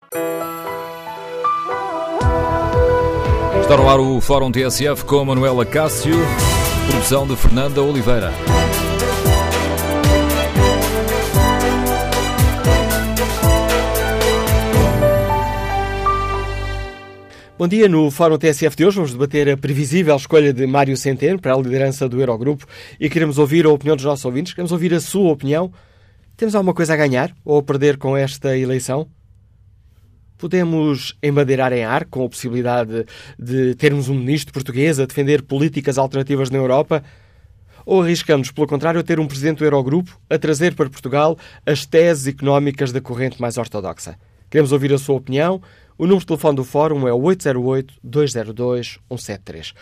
Está no ar o Fórum TSF com Manuela Cássio, produção de Fernanda Oliveira. Bom dia, no Fórum TSF de hoje vamos debater a previsível escolha de Mário Centeno para a liderança do Eurogrupo e queremos ouvir a opinião dos nossos ouvintes, queremos ouvir a sua opinião. Temos alguma coisa a ganhar ou a perder com esta eleição? Podemos embadeirar em ar com a possibilidade de termos um ministro português a defender políticas alternativas na Europa? Ou arriscamos, pelo contrário, a ter um presidente do Eurogrupo a trazer para Portugal as teses económicas da corrente mais ortodoxa? Queremos ouvir a sua opinião. O número de telefone do Fórum é o 808-202-173.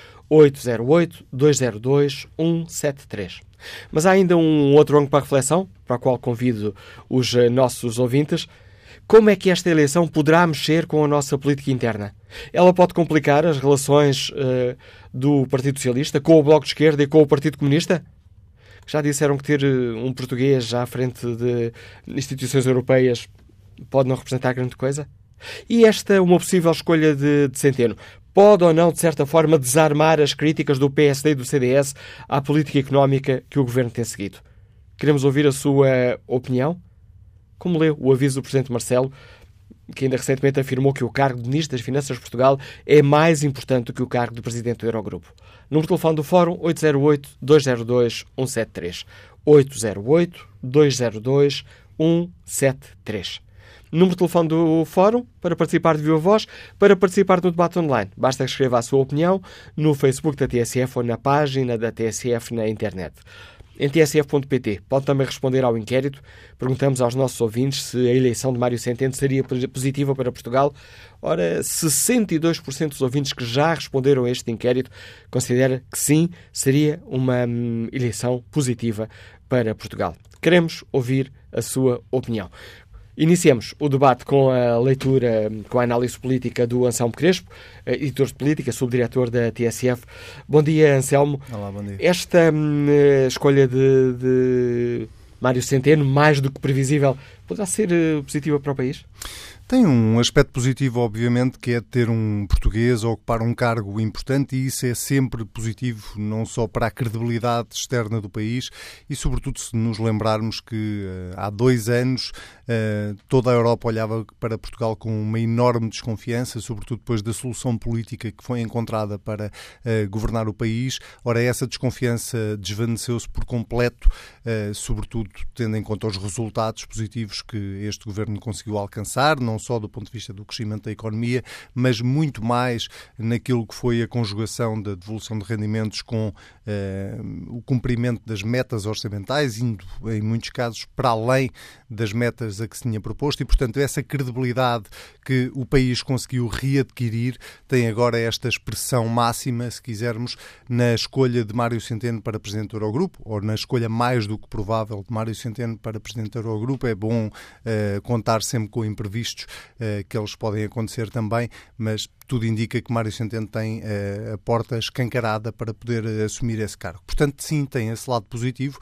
808-202-173. Mas há ainda um outro ângulo para a reflexão, para o qual convido os nossos ouvintes. Como é que esta eleição poderá mexer com a nossa política interna? Ela pode complicar as relações do Partido Socialista com o Bloco de Esquerda e com o Partido Comunista? Já disseram que ter um português já à frente de instituições europeias pode não representar grande coisa? E esta uma possível escolha de Centeno pode ou não, de certa forma, desarmar as críticas do PSD e do CDS à política económica que o Governo tem seguido? Queremos ouvir a sua opinião? Como leu o aviso do Presidente Marcelo, que ainda recentemente afirmou que o cargo de Ministro das Finanças de Portugal é mais importante do que o cargo de Presidente do Eurogrupo. Número de telefone do Fórum 808-202-173. 808-202-173. Número de telefone do Fórum para participar de viva voz, para participar do debate online. Basta que escreva a sua opinião no Facebook da TSF ou na página da TSF na internet. Em tsf.pt pode também responder ao inquérito. Perguntamos aos nossos ouvintes se a eleição de Mário Centeno seria positiva para Portugal. Ora, 62% dos ouvintes que já responderam a este inquérito considera que sim, seria uma eleição positiva para Portugal. Queremos ouvir a sua opinião. Iniciamos o debate com a leitura, com a análise política do Anselmo Crespo, editor de política, subdiretor da TSF. Bom dia, Anselmo. Olá, bom dia. Esta escolha de Mário Centeno, mais do que previsível, poderá ser positiva para o país? Tem um aspecto positivo, obviamente, que é ter um português a ocupar um cargo importante, e isso é sempre positivo, não só para a credibilidade externa do país e, sobretudo, se nos lembrarmos que há 2 anos toda a Europa olhava para Portugal com uma enorme desconfiança, sobretudo depois da solução política que foi encontrada para governar o país. Ora, essa desconfiança desvaneceu-se por completo, sobretudo tendo em conta os resultados positivos que este governo conseguiu alcançar, não só do ponto de vista do crescimento da economia, mas muito mais naquilo que foi a conjugação da devolução de rendimentos com o cumprimento das metas orçamentais, indo, em muitos casos, para além das metas a que se tinha proposto, e, portanto, essa credibilidade que o país conseguiu readquirir tem agora esta expressão máxima, se quisermos, na escolha de Mário Centeno para Presidente do Eurogrupo, ou na escolha mais do que provável de Mário Centeno para Presidente do Eurogrupo. É bom contar sempre com imprevistos, que eles podem acontecer também, mas tudo indica que Mário Centeno tem a porta escancarada para poder assumir esse cargo. Portanto, sim, tem esse lado positivo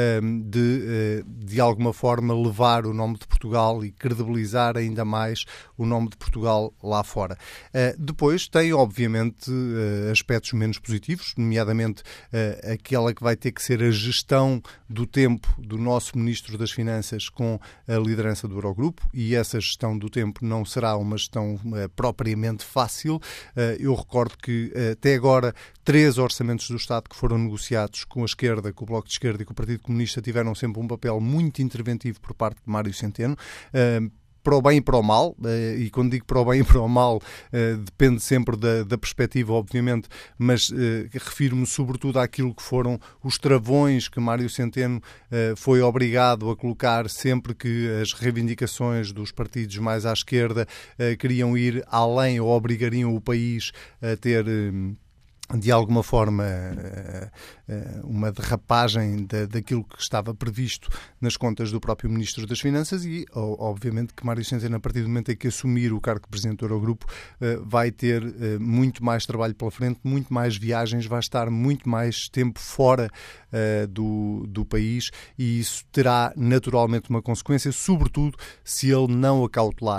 de alguma forma levar o nome de Portugal e credibilizar ainda mais o nome de Portugal lá fora. Depois tem, obviamente, aspectos menos positivos, nomeadamente aquela que vai ter que ser a gestão do tempo do nosso Ministro das Finanças com a liderança do Eurogrupo, e essa gestão do tempo não será uma gestão propriamente fácil. Eu recordo que até agora 3 orçamentos do Estado que foram negociados com a esquerda, com o Bloco de Esquerda e com o Partido Comunista tiveram sempre um papel muito interventivo por parte de Mário Centeno. Para o bem e para o mal, e quando digo para o bem e para o mal, depende sempre da perspectiva, obviamente, mas refiro-me sobretudo àquilo que foram os travões que Mário Centeno foi obrigado a colocar sempre que as reivindicações dos partidos mais à esquerda queriam ir além ou obrigariam o país a ter de alguma forma uma derrapagem daquilo que estava previsto nas contas do próprio Ministro das Finanças, e obviamente que Mário Centeno, a partir do momento em que assumir o cargo de Presidente do Eurogrupo, vai ter muito mais trabalho pela frente, muito mais viagens, vai estar muito mais tempo fora do país, e isso terá naturalmente uma consequência, sobretudo se ele não acautelar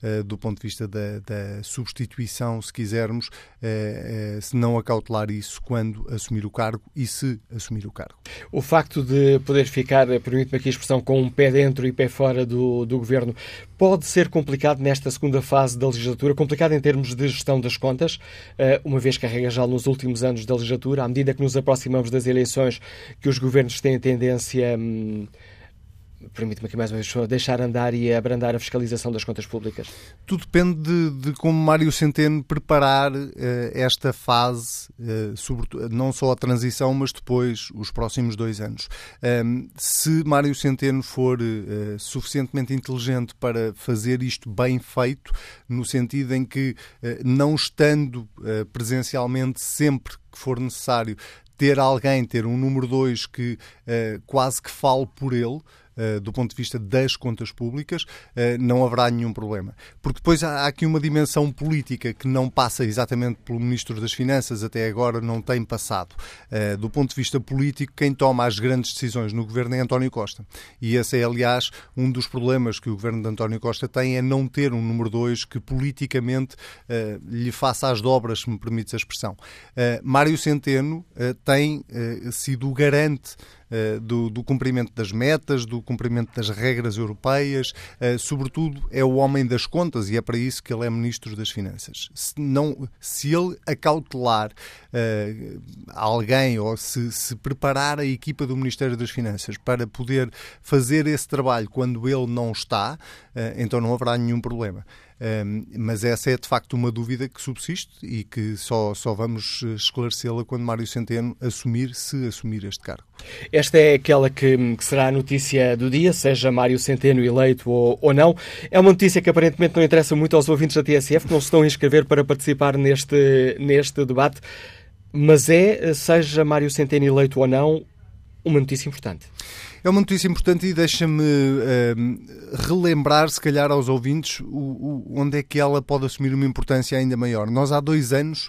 do ponto de vista da substituição, se quisermos, se não acautelar isso quando assumir o cargo e se assumir o cargo. O facto de poder ficar, permite-me aqui a expressão, com um pé dentro e pé fora do Governo, pode ser complicado nesta segunda fase da legislatura, complicado em termos de gestão das contas, uma vez que a regra já nos últimos anos da legislatura, à medida que nos aproximamos das eleições, que os governos têm tendência, permite-me aqui mais uma vez, deixar andar e abrandar a fiscalização das contas públicas? Tudo depende de como Mário Centeno preparar esta fase, sobretudo, não só a transição, mas depois os próximos 2 anos. Se Mário Centeno for suficientemente inteligente para fazer isto bem feito, no sentido em que, não estando presencialmente sempre que for necessário, ter um número 2 que quase que fale por ele, do ponto de vista das contas públicas, não haverá nenhum problema. Porque depois há aqui uma dimensão política que não passa exatamente pelo Ministro das Finanças, até agora não tem passado. Do ponto de vista político, quem toma as grandes decisões no Governo é António Costa. E esse é, aliás, um dos problemas que o Governo de António Costa tem, é não ter um número 2 que politicamente lhe faça as dobras, se me permites a expressão. Mário Centeno tem sido o garante do cumprimento das metas, do cumprimento das regras europeias, sobretudo é o homem das contas e é para isso que ele é Ministro das Finanças. Se ele acautelar alguém ou se preparar a equipa do Ministério das Finanças para poder fazer esse trabalho quando ele não está, então não haverá nenhum problema. Mas essa é de facto uma dúvida que subsiste e que só vamos esclarecê-la quando Mário Centeno assumir este cargo. Esta é aquela que será a notícia do dia, seja Mário Centeno eleito ou não. É uma notícia que aparentemente não interessa muito aos ouvintes da TSF, que não se estão a inscrever para participar neste debate, mas seja Mário Centeno eleito ou não, uma notícia importante. É uma notícia importante e deixa-me relembrar, se calhar, aos ouvintes onde é que ela pode assumir uma importância ainda maior. Nós há 2 anos,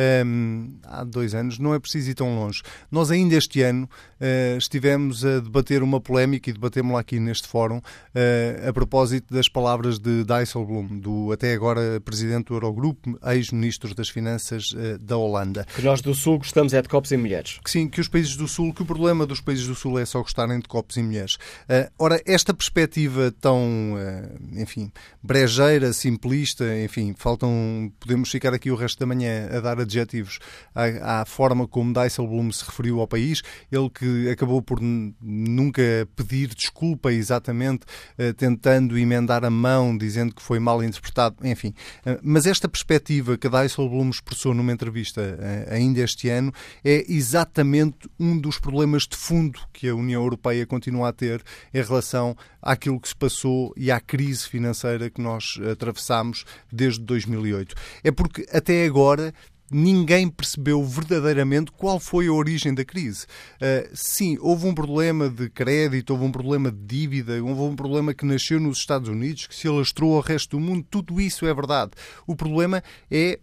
não é preciso ir tão longe, nós ainda este ano estivemos a debater uma polémica e debatemos-la aqui neste fórum a propósito das palavras de Dijsselbloem, do até agora Presidente do Eurogrupo, ex-Ministro das Finanças da Holanda. Que nós do Sul gostamos é de copos e mulheres. Que sim, que os países do Sul, que o problema dos países do Sul é só gostarem de copos e mulheres. Ora, esta perspectiva tão, brejeira, simplista, podemos ficar aqui o resto da manhã a dar adjetivos à forma como Dijsselbloem se referiu ao país, ele que acabou por nunca pedir desculpa exatamente, tentando emendar a mão, dizendo que foi mal interpretado, mas esta perspectiva que Dijsselbloem expressou numa entrevista ainda este ano é exatamente um dos problemas de fundo que a União Europeia continua a ter em relação àquilo que se passou e à crise financeira que nós atravessámos desde 2008. É porque até agora ninguém percebeu verdadeiramente qual foi a origem da crise. Sim, houve um problema de crédito, houve um problema de dívida, houve um problema que nasceu nos Estados Unidos, que se alastrou ao resto do mundo, tudo isso é verdade. O problema é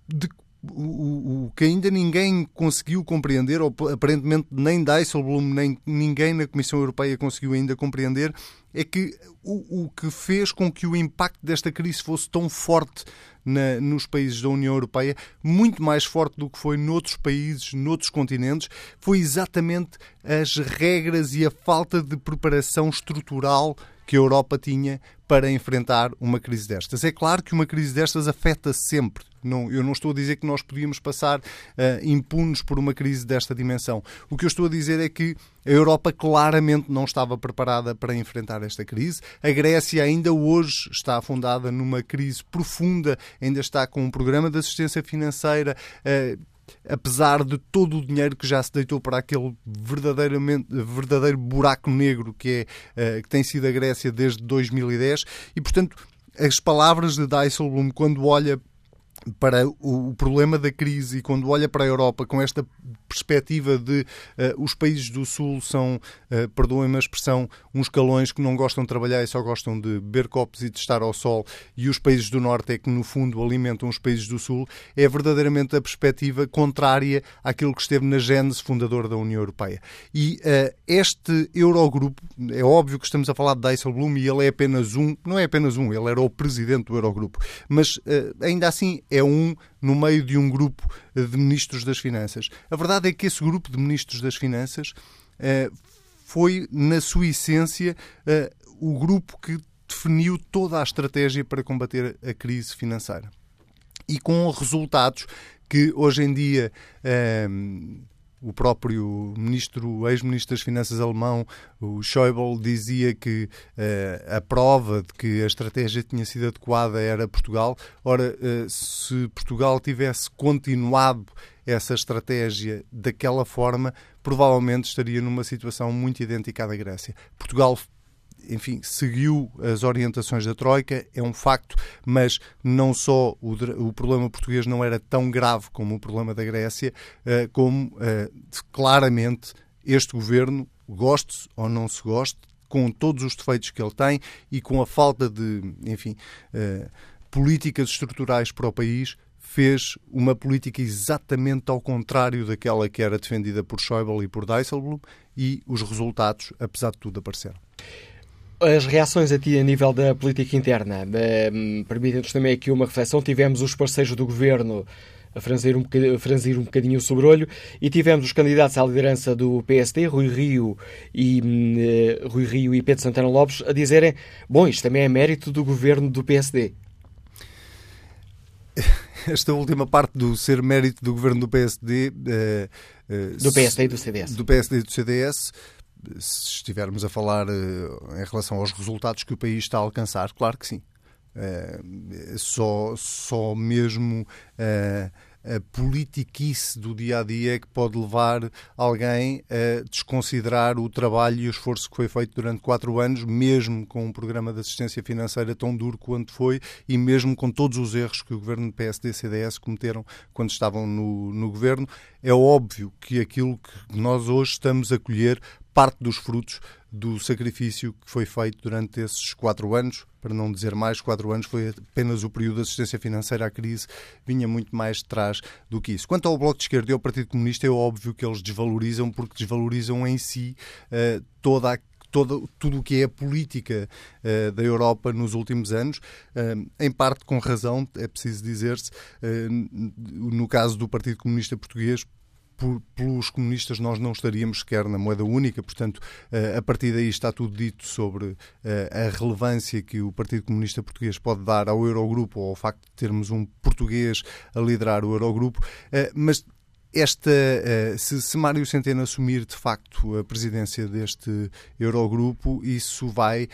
o que ainda ninguém conseguiu compreender, ou aparentemente nem Dijsselbloem, nem ninguém na Comissão Europeia conseguiu ainda compreender, é que o que fez com que o impacto desta crise fosse tão forte nos países da União Europeia, muito mais forte do que foi noutros países, noutros continentes, foi exatamente as regras e a falta de preparação estrutural que a Europa tinha para enfrentar uma crise destas. É claro que uma crise destas afeta sempre. Eu não estou a dizer que nós podíamos passar impunes por uma crise desta dimensão. O que eu estou a dizer é que a Europa claramente não estava preparada para enfrentar esta crise. A Grécia ainda hoje está afundada numa crise profunda, ainda está com um programa de assistência financeira, apesar de todo o dinheiro que já se deitou para aquele verdadeiro buraco negro que tem sido a Grécia desde 2010. E, portanto, as palavras de Dijsselbloem, quando olha para o problema da crise, e quando olha para a Europa com esta perspectiva de os países do Sul são, perdoem-me a expressão, uns calões que não gostam de trabalhar e só gostam de beber copos e de estar ao sol, e os países do Norte é que no fundo alimentam os países do Sul, é verdadeiramente a perspectiva contrária àquilo que esteve na gênese fundadora da União Europeia. E este Eurogrupo, é óbvio que estamos a falar de Dijsselbloem e ele é apenas não é apenas ele era o presidente do Eurogrupo, mas ainda assim é no meio de um grupo de ministros das Finanças. A verdade é que esse grupo de ministros das Finanças foi, na sua essência, o grupo que definiu toda a estratégia para combater a crise financeira. E com resultados que hoje em dia o próprio ex-ministro das Finanças alemão, o Schäuble, dizia que a prova de que a estratégia tinha sido adequada era Portugal. Ora, se Portugal tivesse continuado essa estratégia daquela forma, provavelmente estaria numa situação muito idêntica à da Grécia. Portugal, enfim, seguiu as orientações da Troika, é um facto, mas não só o problema português não era tão grave como o problema da Grécia, como claramente este governo, goste ou não se goste, com todos os defeitos que ele tem e com a falta de, enfim, políticas estruturais para o país, fez uma política exatamente ao contrário daquela que era defendida por Schäuble e por Dijsselbloem, e os resultados, apesar de tudo, apareceram. As reações a ti a nível da política interna permitem-nos também aqui uma reflexão. Tivemos os parceiros do governo a franzir um bocadinho o sobrolho e tivemos os candidatos à liderança do PSD, Rui Rio e Pedro Santana Lopes, a dizerem: bom, isto também é mérito do governo do PSD. Esta última parte do ser mérito do governo do PSD... do PSD e do CDS. Do PSD e do CDS... Se estivermos a falar em relação aos resultados que o país está a alcançar, claro que sim. Só mesmo a politiquice do dia-a-dia é que pode levar alguém a desconsiderar o trabalho e o esforço que foi feito durante 4 anos, mesmo com um programa de assistência financeira tão duro quanto foi e mesmo com todos os erros que o governo de PSD e CDS cometeram quando estavam no governo. É óbvio que aquilo que nós hoje estamos a colher parte dos frutos do sacrifício que foi feito durante esses 4 anos, para não dizer mais. 4 anos foi apenas o período de assistência financeira à crise, vinha muito mais de trás do que isso. Quanto ao Bloco de Esquerda e ao Partido Comunista, é óbvio que eles desvalorizam, porque desvalorizam em si tudo o que é a política da Europa nos últimos anos, em parte com razão, é preciso dizer-se, no caso do Partido Comunista Português, pelos comunistas nós não estaríamos sequer na moeda única, portanto, a partir daí está tudo dito sobre a relevância que o Partido Comunista Português pode dar ao Eurogrupo ou ao facto de termos um português a liderar o Eurogrupo, mas se Mário Centeno assumir de facto a presidência deste Eurogrupo, isso vai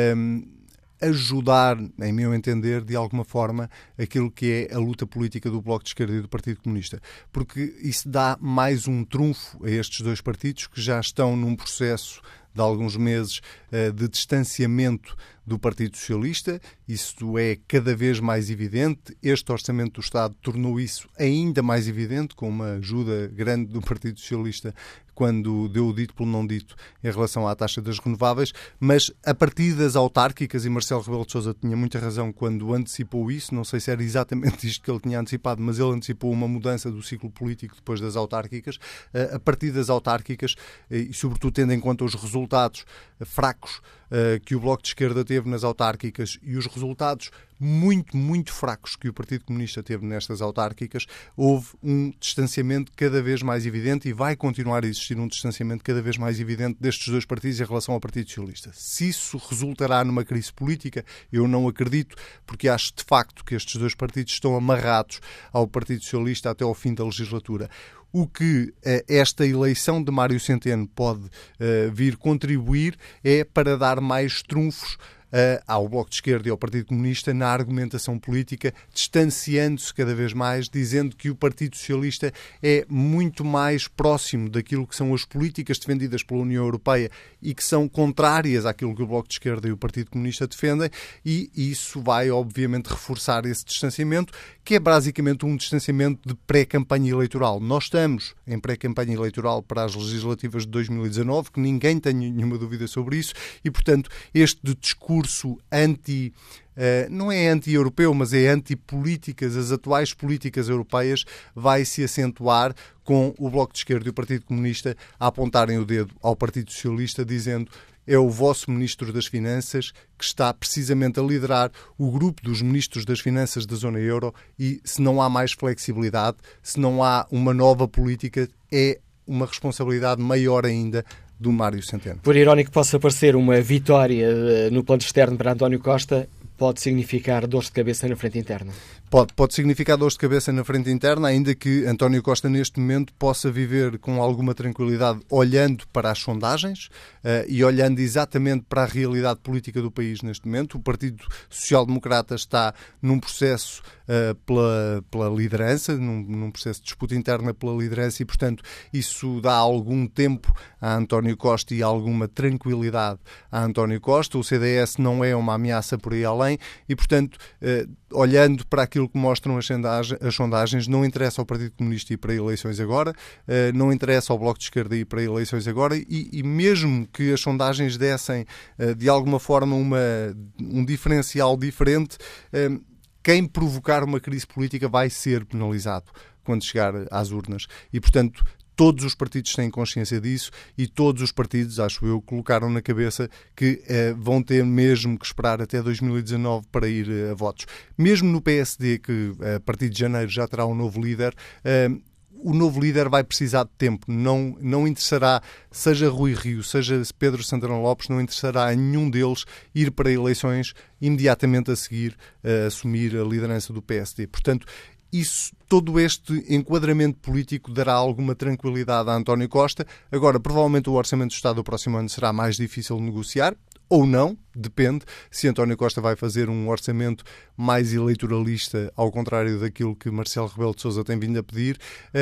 ajudar, em meu entender, de alguma forma, aquilo que é a luta política do Bloco de Esquerda e do Partido Comunista. Porque isso dá mais um trunfo a estes dois partidos que já estão num processo de alguns meses de distanciamento do Partido Socialista. Isso é cada vez mais evidente. Este Orçamento do Estado tornou isso ainda mais evidente, com uma ajuda grande do Partido Socialista quando deu o dito pelo não dito em relação à taxa das renováveis, mas a partir das autárquicas, e Marcelo Rebelo de Sousa tinha muita razão quando antecipou isso, não sei se era exatamente isto que ele tinha antecipado, mas ele antecipou uma mudança do ciclo político depois das autárquicas. A partir das autárquicas, e sobretudo tendo em conta os resultados fracos que o Bloco de Esquerda teve nas autárquicas e os resultados muito, muito fracos que o Partido Comunista teve nestas autárquicas, houve um distanciamento cada vez mais evidente e vai continuar a existir um distanciamento cada vez mais evidente destes dois partidos em relação ao Partido Socialista. Se isso resultará numa crise política, eu não acredito, porque acho de facto que estes dois partidos estão amarrados ao Partido Socialista até ao fim da legislatura. O que esta eleição de Mário Centeno pode vir contribuir é para dar mais trunfos ao Bloco de Esquerda e ao Partido Comunista na argumentação política, distanciando-se cada vez mais, dizendo que o Partido Socialista é muito mais próximo daquilo que são as políticas defendidas pela União Europeia e que são contrárias àquilo que o Bloco de Esquerda e o Partido Comunista defendem, e isso vai, obviamente, reforçar esse distanciamento, que é basicamente um distanciamento de pré-campanha eleitoral. Nós estamos em pré-campanha eleitoral para as legislativas de 2019, que ninguém tem nenhuma dúvida sobre isso, e, portanto, este discurso não é anti-europeu, mas é anti-políticas, as atuais políticas europeias, vai se acentuar com o Bloco de Esquerda e o Partido Comunista a apontarem o dedo ao Partido Socialista, dizendo: é o vosso Ministro das Finanças que está precisamente a liderar o grupo dos Ministros das Finanças da Zona Euro, e se não há mais flexibilidade, se não há uma nova política, é uma responsabilidade maior ainda do Mário Centeno. Por irónico que possa parecer, uma vitória no plano externo para António Costa pode significar dores de cabeça na frente interna. Pode significar dores de cabeça na frente interna, ainda que António Costa neste momento possa viver com alguma tranquilidade olhando para as sondagens e olhando exatamente para a realidade política do país neste momento. O Partido Social Democrata está num processo pela liderança, num processo de disputa interna pela liderança, e, portanto, isso dá algum tempo a António Costa e alguma tranquilidade a António Costa. O CDS não é uma ameaça por aí além e, portanto, olhando para aquilo que mostram as sondagens, não interessa ao Partido Comunista ir para eleições agora, não interessa ao Bloco de Esquerda ir para eleições agora, e mesmo que as sondagens dessem de alguma forma um diferencial diferente, quem provocar uma crise política vai ser penalizado quando chegar às urnas. E, portanto, todos os partidos têm consciência disso e todos os partidos, acho eu, colocaram na cabeça que vão ter mesmo que esperar até 2019 para ir a votos. Mesmo no PSD, que a partir de janeiro já terá um novo líder, o novo líder vai precisar de tempo. Não interessará, seja Rui Rio, seja Pedro Santana Lopes, não interessará a nenhum deles ir para eleições imediatamente a seguir a assumir a liderança do PSD. Portanto, todo este enquadramento político dará alguma tranquilidade a António Costa. Agora, provavelmente o Orçamento do Estado do próximo ano será mais difícil de negociar, ou não, depende se António Costa vai fazer um orçamento mais eleitoralista, ao contrário daquilo que Marcelo Rebelo de Sousa tem vindo a pedir,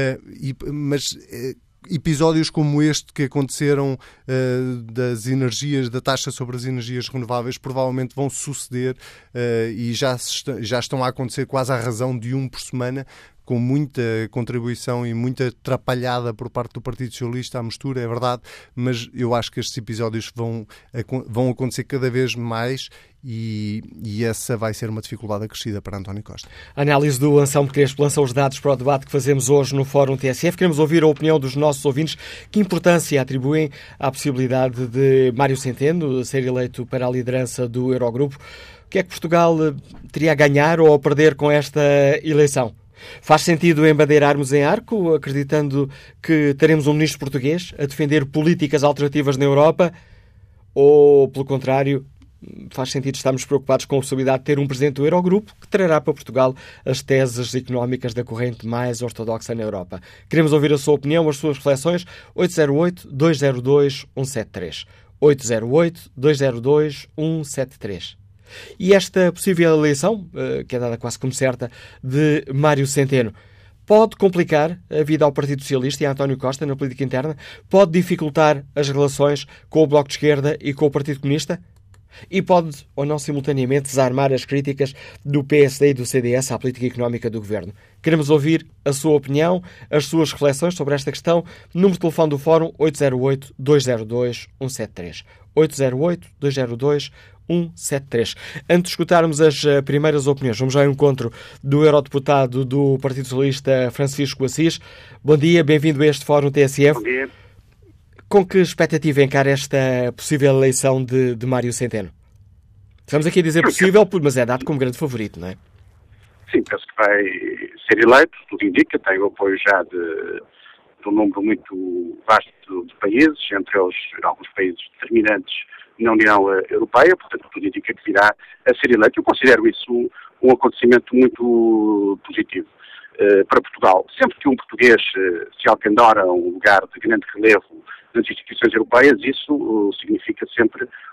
mas episódios como este que aconteceram da taxa sobre as energias renováveis provavelmente vão suceder e já estão a acontecer quase à razão de um por semana, com muita contribuição e muita atrapalhada por parte do Partido Socialista à mistura, é verdade, mas eu acho que estes episódios vão acontecer cada vez mais e essa vai ser uma dificuldade acrescida para António Costa. A análise do Anselmo Crespo lança os dados para o debate que fazemos hoje no Fórum TSF. Queremos ouvir a opinião dos nossos ouvintes. Que importância atribuem à possibilidade de Mário Centeno ser eleito para a liderança do Eurogrupo? O que é que Portugal teria a ganhar ou a perder com esta eleição? Faz sentido embandeirarmos em arco, acreditando que teremos um ministro português a defender políticas alternativas na Europa? Ou, pelo contrário, faz sentido estarmos preocupados com a possibilidade de ter um presidente do Eurogrupo que trará para Portugal as teses económicas da corrente mais ortodoxa na Europa? Queremos ouvir a sua opinião, as suas reflexões. 808-202-173. 808-202-173. E esta possível eleição, que é dada quase como certa, de Mário Centeno, pode complicar a vida ao Partido Socialista e a António Costa na política interna? Pode dificultar as relações com o Bloco de Esquerda e com o Partido Comunista? E pode, ou não, simultaneamente, desarmar as críticas do PSD e do CDS à política económica do Governo? Queremos ouvir a sua opinião, as suas reflexões sobre esta questão. Número de telefone do Fórum 808-202-173. 808-202-173. Antes de escutarmos as primeiras opiniões, vamos já ao encontro do eurodeputado do Partido Socialista, Francisco Assis. Bom dia, bem-vindo a este Fórum TSF. Bom dia. Com que expectativa encara esta possível eleição de Mário Centeno? Estamos aqui a dizer possível, mas é dado como grande favorito, não é? Sim, penso que vai ser eleito, tudo indica, tem o apoio já de um número muito vasto de países, entre eles alguns países determinantes na União Europeia, portanto tudo indica que virá a ser eleito. Eu considero isso um acontecimento muito positivo para Portugal. Sempre que um português se alcandora a um lugar de grande relevo nas instituições europeias, isso significa sempre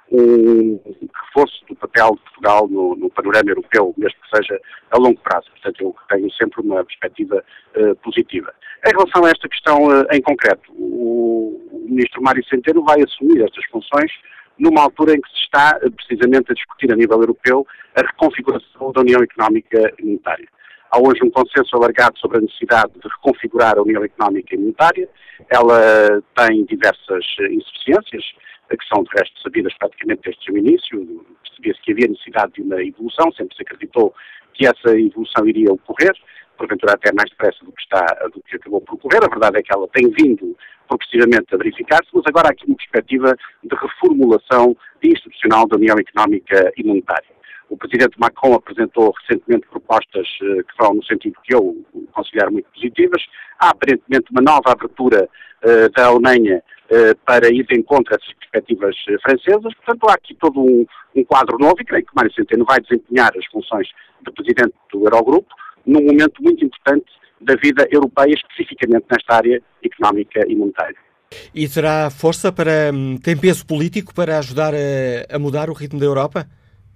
um reforço do papel de Portugal no panorama europeu, mesmo que seja a longo prazo. Portanto, eu tenho sempre uma perspectiva positiva. Em relação a esta questão em concreto, o Ministro Mário Centeno vai assumir estas funções numa altura em que se está precisamente a discutir a nível europeu a reconfiguração da União Económica e Monetária. Há hoje um consenso alargado sobre a necessidade de reconfigurar a União Económica e Monetária. Ela tem diversas insuficiências, que são de resto sabidas praticamente desde o início. Percebia-se que havia necessidade de uma evolução, sempre se acreditou que essa evolução iria ocorrer, porventura até mais depressa do que acabou por ocorrer. A verdade é que ela tem vindo progressivamente a verificar-se, mas agora há aqui uma perspectiva de reformulação institucional da União Económica e Monetária. O Presidente Macron apresentou recentemente propostas que vão no sentido que eu considero muito positivas. Há aparentemente uma nova abertura da Alemanha para ir de encontro a essas perspectivas francesas. Portanto, há aqui todo um quadro novo e creio que Mário Centeno vai desempenhar as funções de Presidente do Eurogrupo num momento muito importante da vida europeia, especificamente nesta área económica e monetária. E terá força para, tem peso político para ajudar a mudar o ritmo da Europa?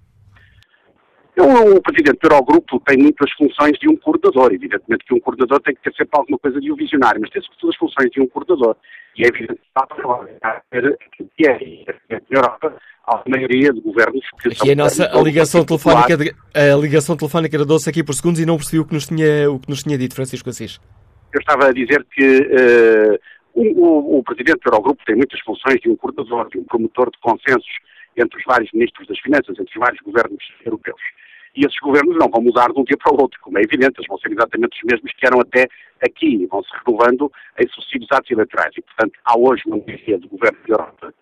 O Presidente do Eurogrupo tem muitas funções de um coordenador. Evidentemente que um coordenador tem que ter sempre alguma coisa de um visionário, mas tem sobretudo as funções de um coordenador. E é evidente que está a ter que é na Europa a maioria de governos que aqui são... A ligação telefónica era 12 aqui por segundos e não percebi o que nos tinha dito Francisco Assis. Eu estava a dizer que o Presidente do Eurogrupo tem muitas funções de um coordenador, de um promotor de consensos entre os vários ministros das Finanças, entre os vários governos europeus. E esses governos não vão mudar de um dia para o outro, como é evidente, eles vão ser exatamente os mesmos que eram até aqui, vão se renovando em sucessivos atos eleitorais. E, portanto, há hoje uma maioria do governo da Europa.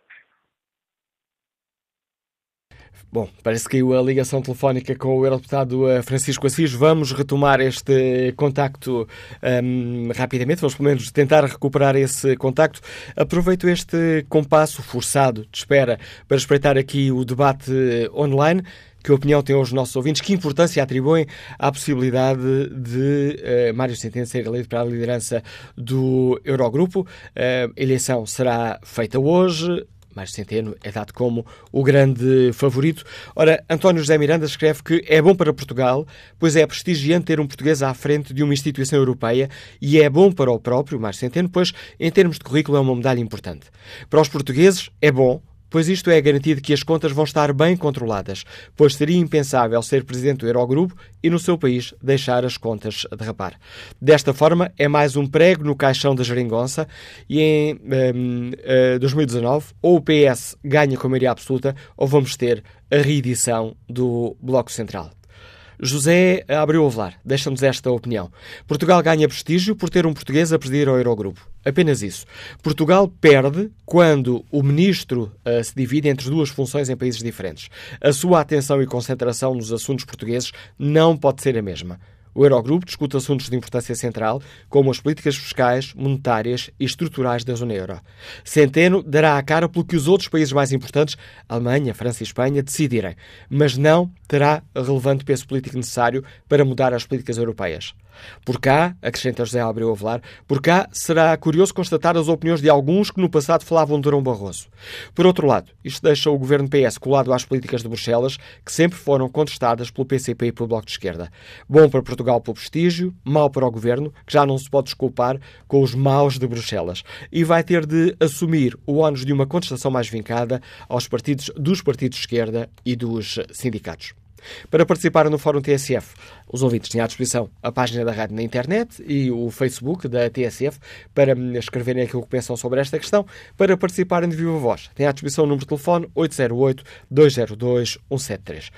Bom, parece que caiu a ligação telefónica com o eurodeputado Francisco Assis. Vamos retomar este contacto rapidamente, vamos pelo menos tentar recuperar esse contacto. Aproveito este compasso forçado de espera para espreitar aqui o debate online. Que opinião têm os nossos ouvintes? Que importância atribuem à possibilidade de Mário Centeno ser eleito para a liderança do Eurogrupo? A eleição será feita hoje. Mário Centeno é dado como o grande favorito. Ora, António José Miranda escreve que é bom para Portugal, pois é prestigiante ter um português à frente de uma instituição europeia e é bom para o próprio Mário Centeno, pois, em termos de currículo, é uma medalha importante. Para os portugueses, é bom, pois isto é a garantia de que as contas vão estar bem controladas, pois seria impensável ser presidente do Eurogrupo e no seu país deixar as contas derrapar. Desta forma, é mais um prego no caixão da geringonça e em 2019 ou o PS ganha com maioria absoluta ou vamos ter a reedição do Bloco Central. José Abreu Avelar deixa-nos esta opinião. Portugal ganha prestígio por ter um português a presidir ao Eurogrupo. Apenas isso. Portugal perde quando o ministro se divide entre duas funções em países diferentes. A sua atenção e concentração nos assuntos portugueses não pode ser a mesma. O Eurogrupo discute assuntos de importância central, como as políticas fiscais, monetárias e estruturais da zona euro. Centeno dará a cara pelo que os outros países mais importantes, Alemanha, França e Espanha, decidirem, mas não terá relevante peso político necessário para mudar as políticas europeias. Por cá, acrescenta José Abreu Avelar, por cá será curioso constatar as opiniões de alguns que no passado falavam de Durão Barroso. Por outro lado, isto deixa o governo PS colado às políticas de Bruxelas, que sempre foram contestadas pelo PCP e pelo Bloco de Esquerda. Bom para Portugal pelo prestígio, mau para o governo, que já não se pode desculpar com os maus de Bruxelas, e vai ter de assumir o ónus de uma contestação mais vincada dos partidos de esquerda e dos sindicatos. Para participar no Fórum TSF, os ouvintes têm à disposição a página da rádio na internet e o Facebook da TSF para escreverem aquilo que pensam sobre esta questão. Para participarem de viva voz, têm à disposição o número de telefone 808-202-173.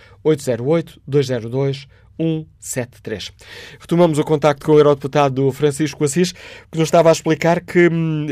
808-202-173. Retomamos o contacto com o eurodeputado Francisco Assis, que nos estava a explicar que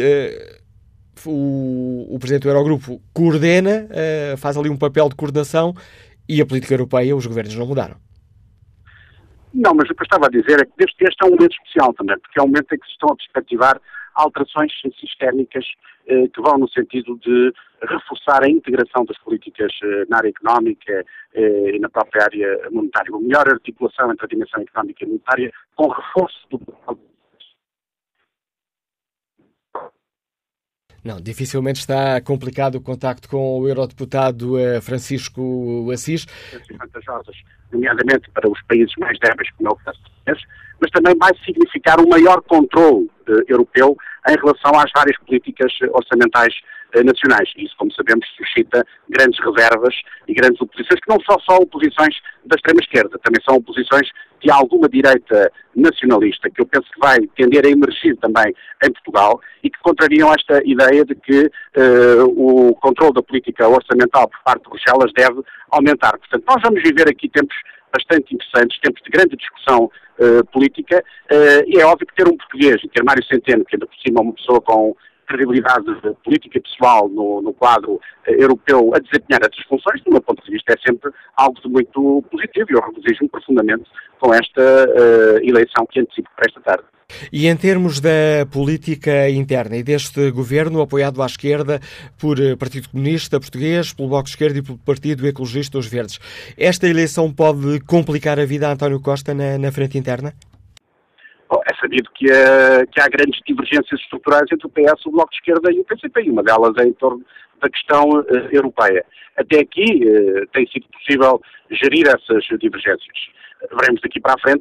o Presidente do Eurogrupo coordena, faz ali um papel de coordenação. E a política europeia, os governos não mudaram. Não, mas o que eu estava a dizer é que este é um momento especial também, porque é um momento em que se estão a perspectivar alterações sistémicas que vão no sentido de reforçar a integração das políticas na área económica e na própria área monetária. Uma melhor articulação entre a dimensão económica e monetária com reforço do... Não, dificilmente está complicado o contacto com o eurodeputado Francisco Assis. Vantajosas, nomeadamente para os países mais débeis, como é o caso português, mas também vai significar um maior controle europeu em relação às várias políticas orçamentais nacionais. Isso, como sabemos, suscita grandes reservas e grandes oposições, que não são só oposições da extrema-esquerda, também são oposições de alguma direita nacionalista, que eu penso que vai tender a emergir também em Portugal e que contrariam esta ideia de que o controle da política orçamental por parte de Bruxelas deve aumentar. Portanto, nós vamos viver aqui tempos bastante interessantes, tempos de grande discussão política, e é óbvio que ter um português e ter Mário Centeno, que ainda por cima é uma pessoa com credibilidade política pessoal no quadro europeu a desempenhar essas funções, do meu ponto de vista, é sempre algo de muito positivo e eu regozijo-me profundamente com esta eleição que antecipo para esta tarde. E em termos da política interna e deste governo apoiado à esquerda por Partido Comunista Português, pelo Bloco de Esquerda e pelo Partido Ecologista dos Verdes, esta eleição pode complicar a vida a António Costa na frente interna? Bom, é sabido que há grandes divergências estruturais entre o PS, o Bloco de Esquerda e o PCP, e uma delas é em torno da questão europeia. Até aqui tem sido possível gerir essas divergências. Veremos daqui para a frente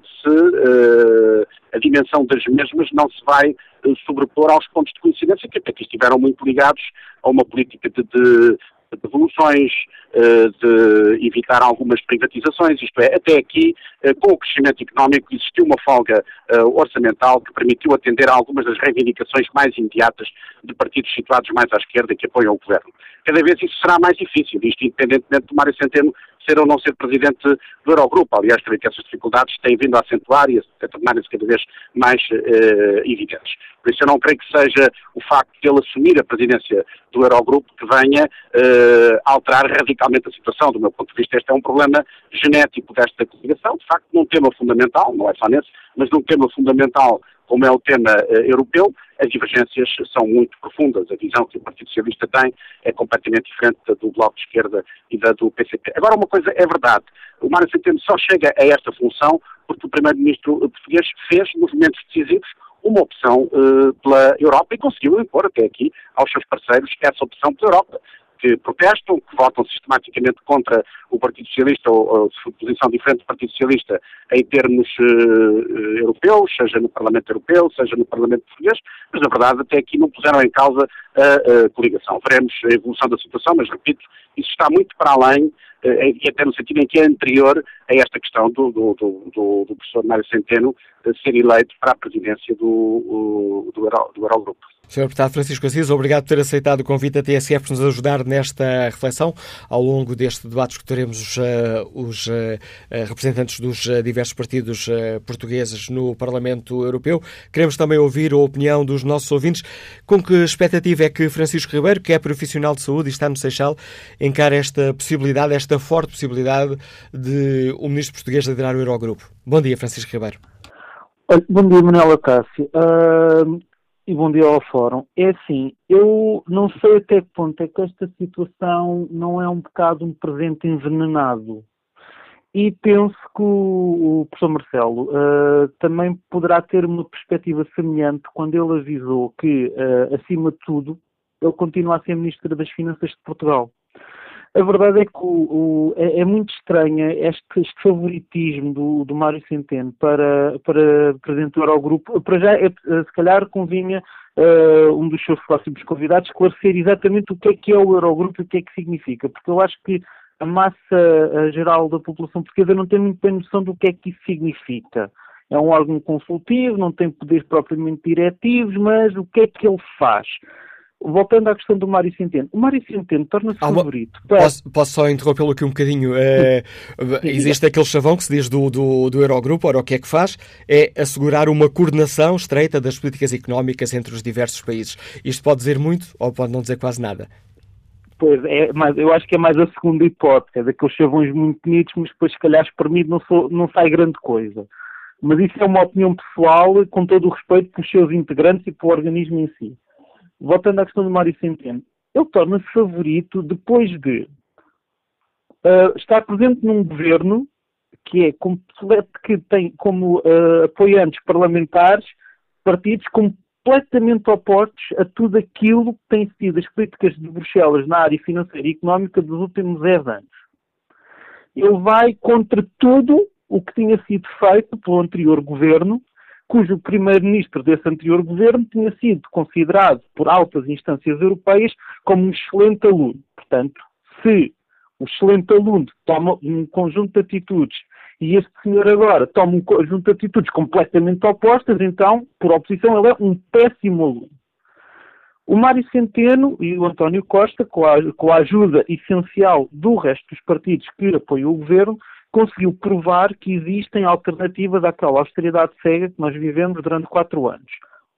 se a dimensão das mesmas não se vai sobrepor aos pontos de coincidência, que até aqui estiveram muito ligados a uma política de devoluções, de evitar algumas privatizações, isto é, até aqui, com o crescimento económico, existiu uma folga orçamental que permitiu atender a algumas das reivindicações mais imediatas de partidos situados mais à esquerda que apoiam o governo. Cada vez isso será mais difícil, isto independentemente de Mário Centeno ser ou não ser presidente do Eurogrupo. Aliás, creio que essas dificuldades têm vindo a acentuar e a tornarem-se cada vez mais evidentes. Por isso eu não creio que seja o facto de ele assumir a presidência do Eurogrupo que venha alterar radicalmente a situação. Do meu ponto de vista, este é um problema genético desta coligação. De facto, num tema fundamental, não é só nesse, mas num tema fundamental como é o tema europeu, as divergências são muito profundas. A visão que o Partido Socialista tem é completamente diferente da do Bloco de Esquerda e da do PCP. Agora, uma coisa é verdade. O Mário Centeno só chega a esta função porque o Primeiro-Ministro português fez, nos momentos decisivos, uma opção pela Europa e conseguiu impor até aqui aos seus parceiros essa opção pela Europa, que protestam, que votam sistematicamente contra o Partido Socialista ou a posição diferente do Partido Socialista em termos europeus, seja no Parlamento Europeu, seja no Parlamento Português, mas na verdade até aqui não puseram em causa a coligação. Veremos a evolução da situação, mas repito, isso está muito para além e até no sentido em que é anterior a esta questão do professor Mário Centeno ser eleito para a presidência do Eurogrupo. Sr. Deputado Francisco Assis, obrigado por ter aceitado o convite da TSF para nos ajudar nesta reflexão. Ao longo deste debate escutaremos os representantes dos diversos partidos portugueses no Parlamento Europeu. Queremos também ouvir a opinião dos nossos ouvintes. Com que expectativa é que Francisco Ribeiro, que é profissional de saúde e está no Seixal, encara esta possibilidade, esta forte possibilidade de o ministro português liderar o Eurogrupo? Bom dia, Francisco Ribeiro. Bom dia, Manuela Cássio. E bom dia ao Fórum. É assim, eu não sei até que ponto é que esta situação não é um bocado um presente envenenado. E penso que o professor Marcelo também poderá ter uma perspectiva semelhante quando ele avisou que, acima de tudo, ele continua a ser Ministro das Finanças de Portugal. A verdade é que é muito estranha este favoritismo do Mário Centeno para presidente do Eurogrupo. Para já, se calhar, convinha um dos seus próximos convidados esclarecer exatamente o que é o Eurogrupo e o que é que significa, porque eu acho que a massa geral da população portuguesa não tem muito bem noção do que é que isso significa. É um órgão consultivo, não tem poderes propriamente diretivos, mas o que é que ele faz? Voltando à questão do Mário Centeno. O Mário Centeno torna-se favorito. Posso só interrompê-lo aqui um bocadinho? Existe aquele chavão que se diz do Eurogrupo. Ora, o que é que faz? É assegurar uma coordenação estreita das políticas económicas entre os diversos países. Isto pode dizer muito ou pode não dizer quase nada? Pois, eu acho que é mais a segunda hipótese. É daqueles chavões muito bonitos, mas depois, se calhar, espremido não sai grande coisa. Mas isso é uma opinião pessoal, com todo o respeito pelos seus integrantes e pelo organismo em si. Voltando à questão do Mário Centeno, ele torna-se favorito depois de estar presente num governo que tem como apoiantes parlamentares partidos com completamente opostos a tudo aquilo que têm sido as políticas de Bruxelas na área financeira e económica dos últimos 10 anos. Ele vai contra tudo o que tinha sido feito pelo anterior governo, cujo primeiro-ministro desse anterior governo tinha sido considerado por altas instâncias europeias como um excelente aluno. Portanto, se o excelente aluno toma um conjunto de atitudes e este senhor agora toma um conjunto de atitudes completamente opostas, então, por oposição, ele é um péssimo aluno. O Mário Centeno e o António Costa, com a ajuda essencial do resto dos partidos que apoiam o governo, conseguiu provar que existem alternativas àquela austeridade cega que nós vivemos durante 4 anos,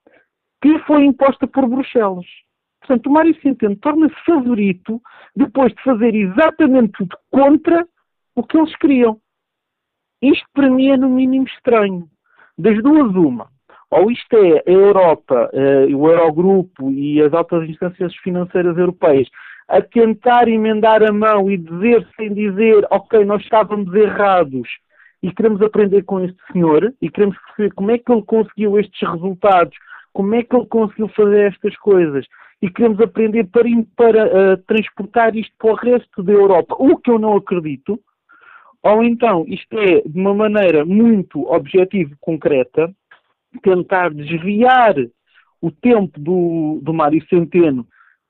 que foi imposta por Bruxelas. Portanto, o Mário Centeno torna-se favorito depois de fazer exatamente tudo contra o que eles queriam. Isto para mim é no mínimo estranho. Das duas uma. Ou isto é a Europa, o Eurogrupo e as altas instâncias financeiras europeias a tentar emendar a mão e dizer sem dizer, ok, nós estávamos errados e queremos aprender com este senhor e queremos perceber como é que ele conseguiu estes resultados, como é que ele conseguiu fazer estas coisas e queremos aprender para transportar isto para o resto da Europa, o que eu não acredito. Ou então, isto é, de uma maneira muito objetiva e concreta, tentar desviar o tempo do Mário Centeno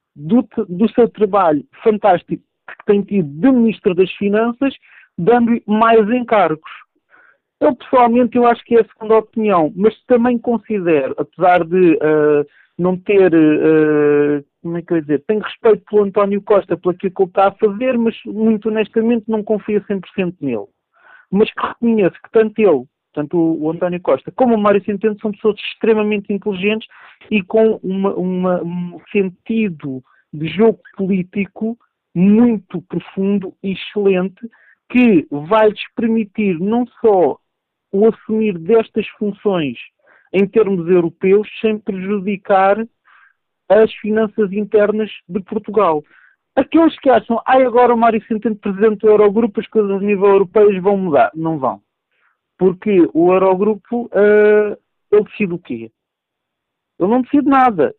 do seu trabalho fantástico que tem tido de Ministro das Finanças, dando-lhe mais encargos. Eu, pessoalmente, eu acho que é a segunda opinião, mas também considero, apesar de não ter, como é que eu ia dizer, tenho respeito pelo António Costa, pelo que ele está a fazer, mas muito honestamente não confio 100% nele. Mas que reconheço que tanto ele, tanto o António Costa, como o Mário Centeno são pessoas extremamente inteligentes e com um sentido de jogo político muito profundo e excelente, que vai-lhes permitir não só o assumir destas funções em termos europeus, sem prejudicar as finanças internas de Portugal. Aqueles que acham, agora o Mário Centeno presidente do Eurogrupo, as coisas a nível europeu vão mudar. Não vão. Porque o Eurogrupo, ele decide o quê? Ele não decide nada.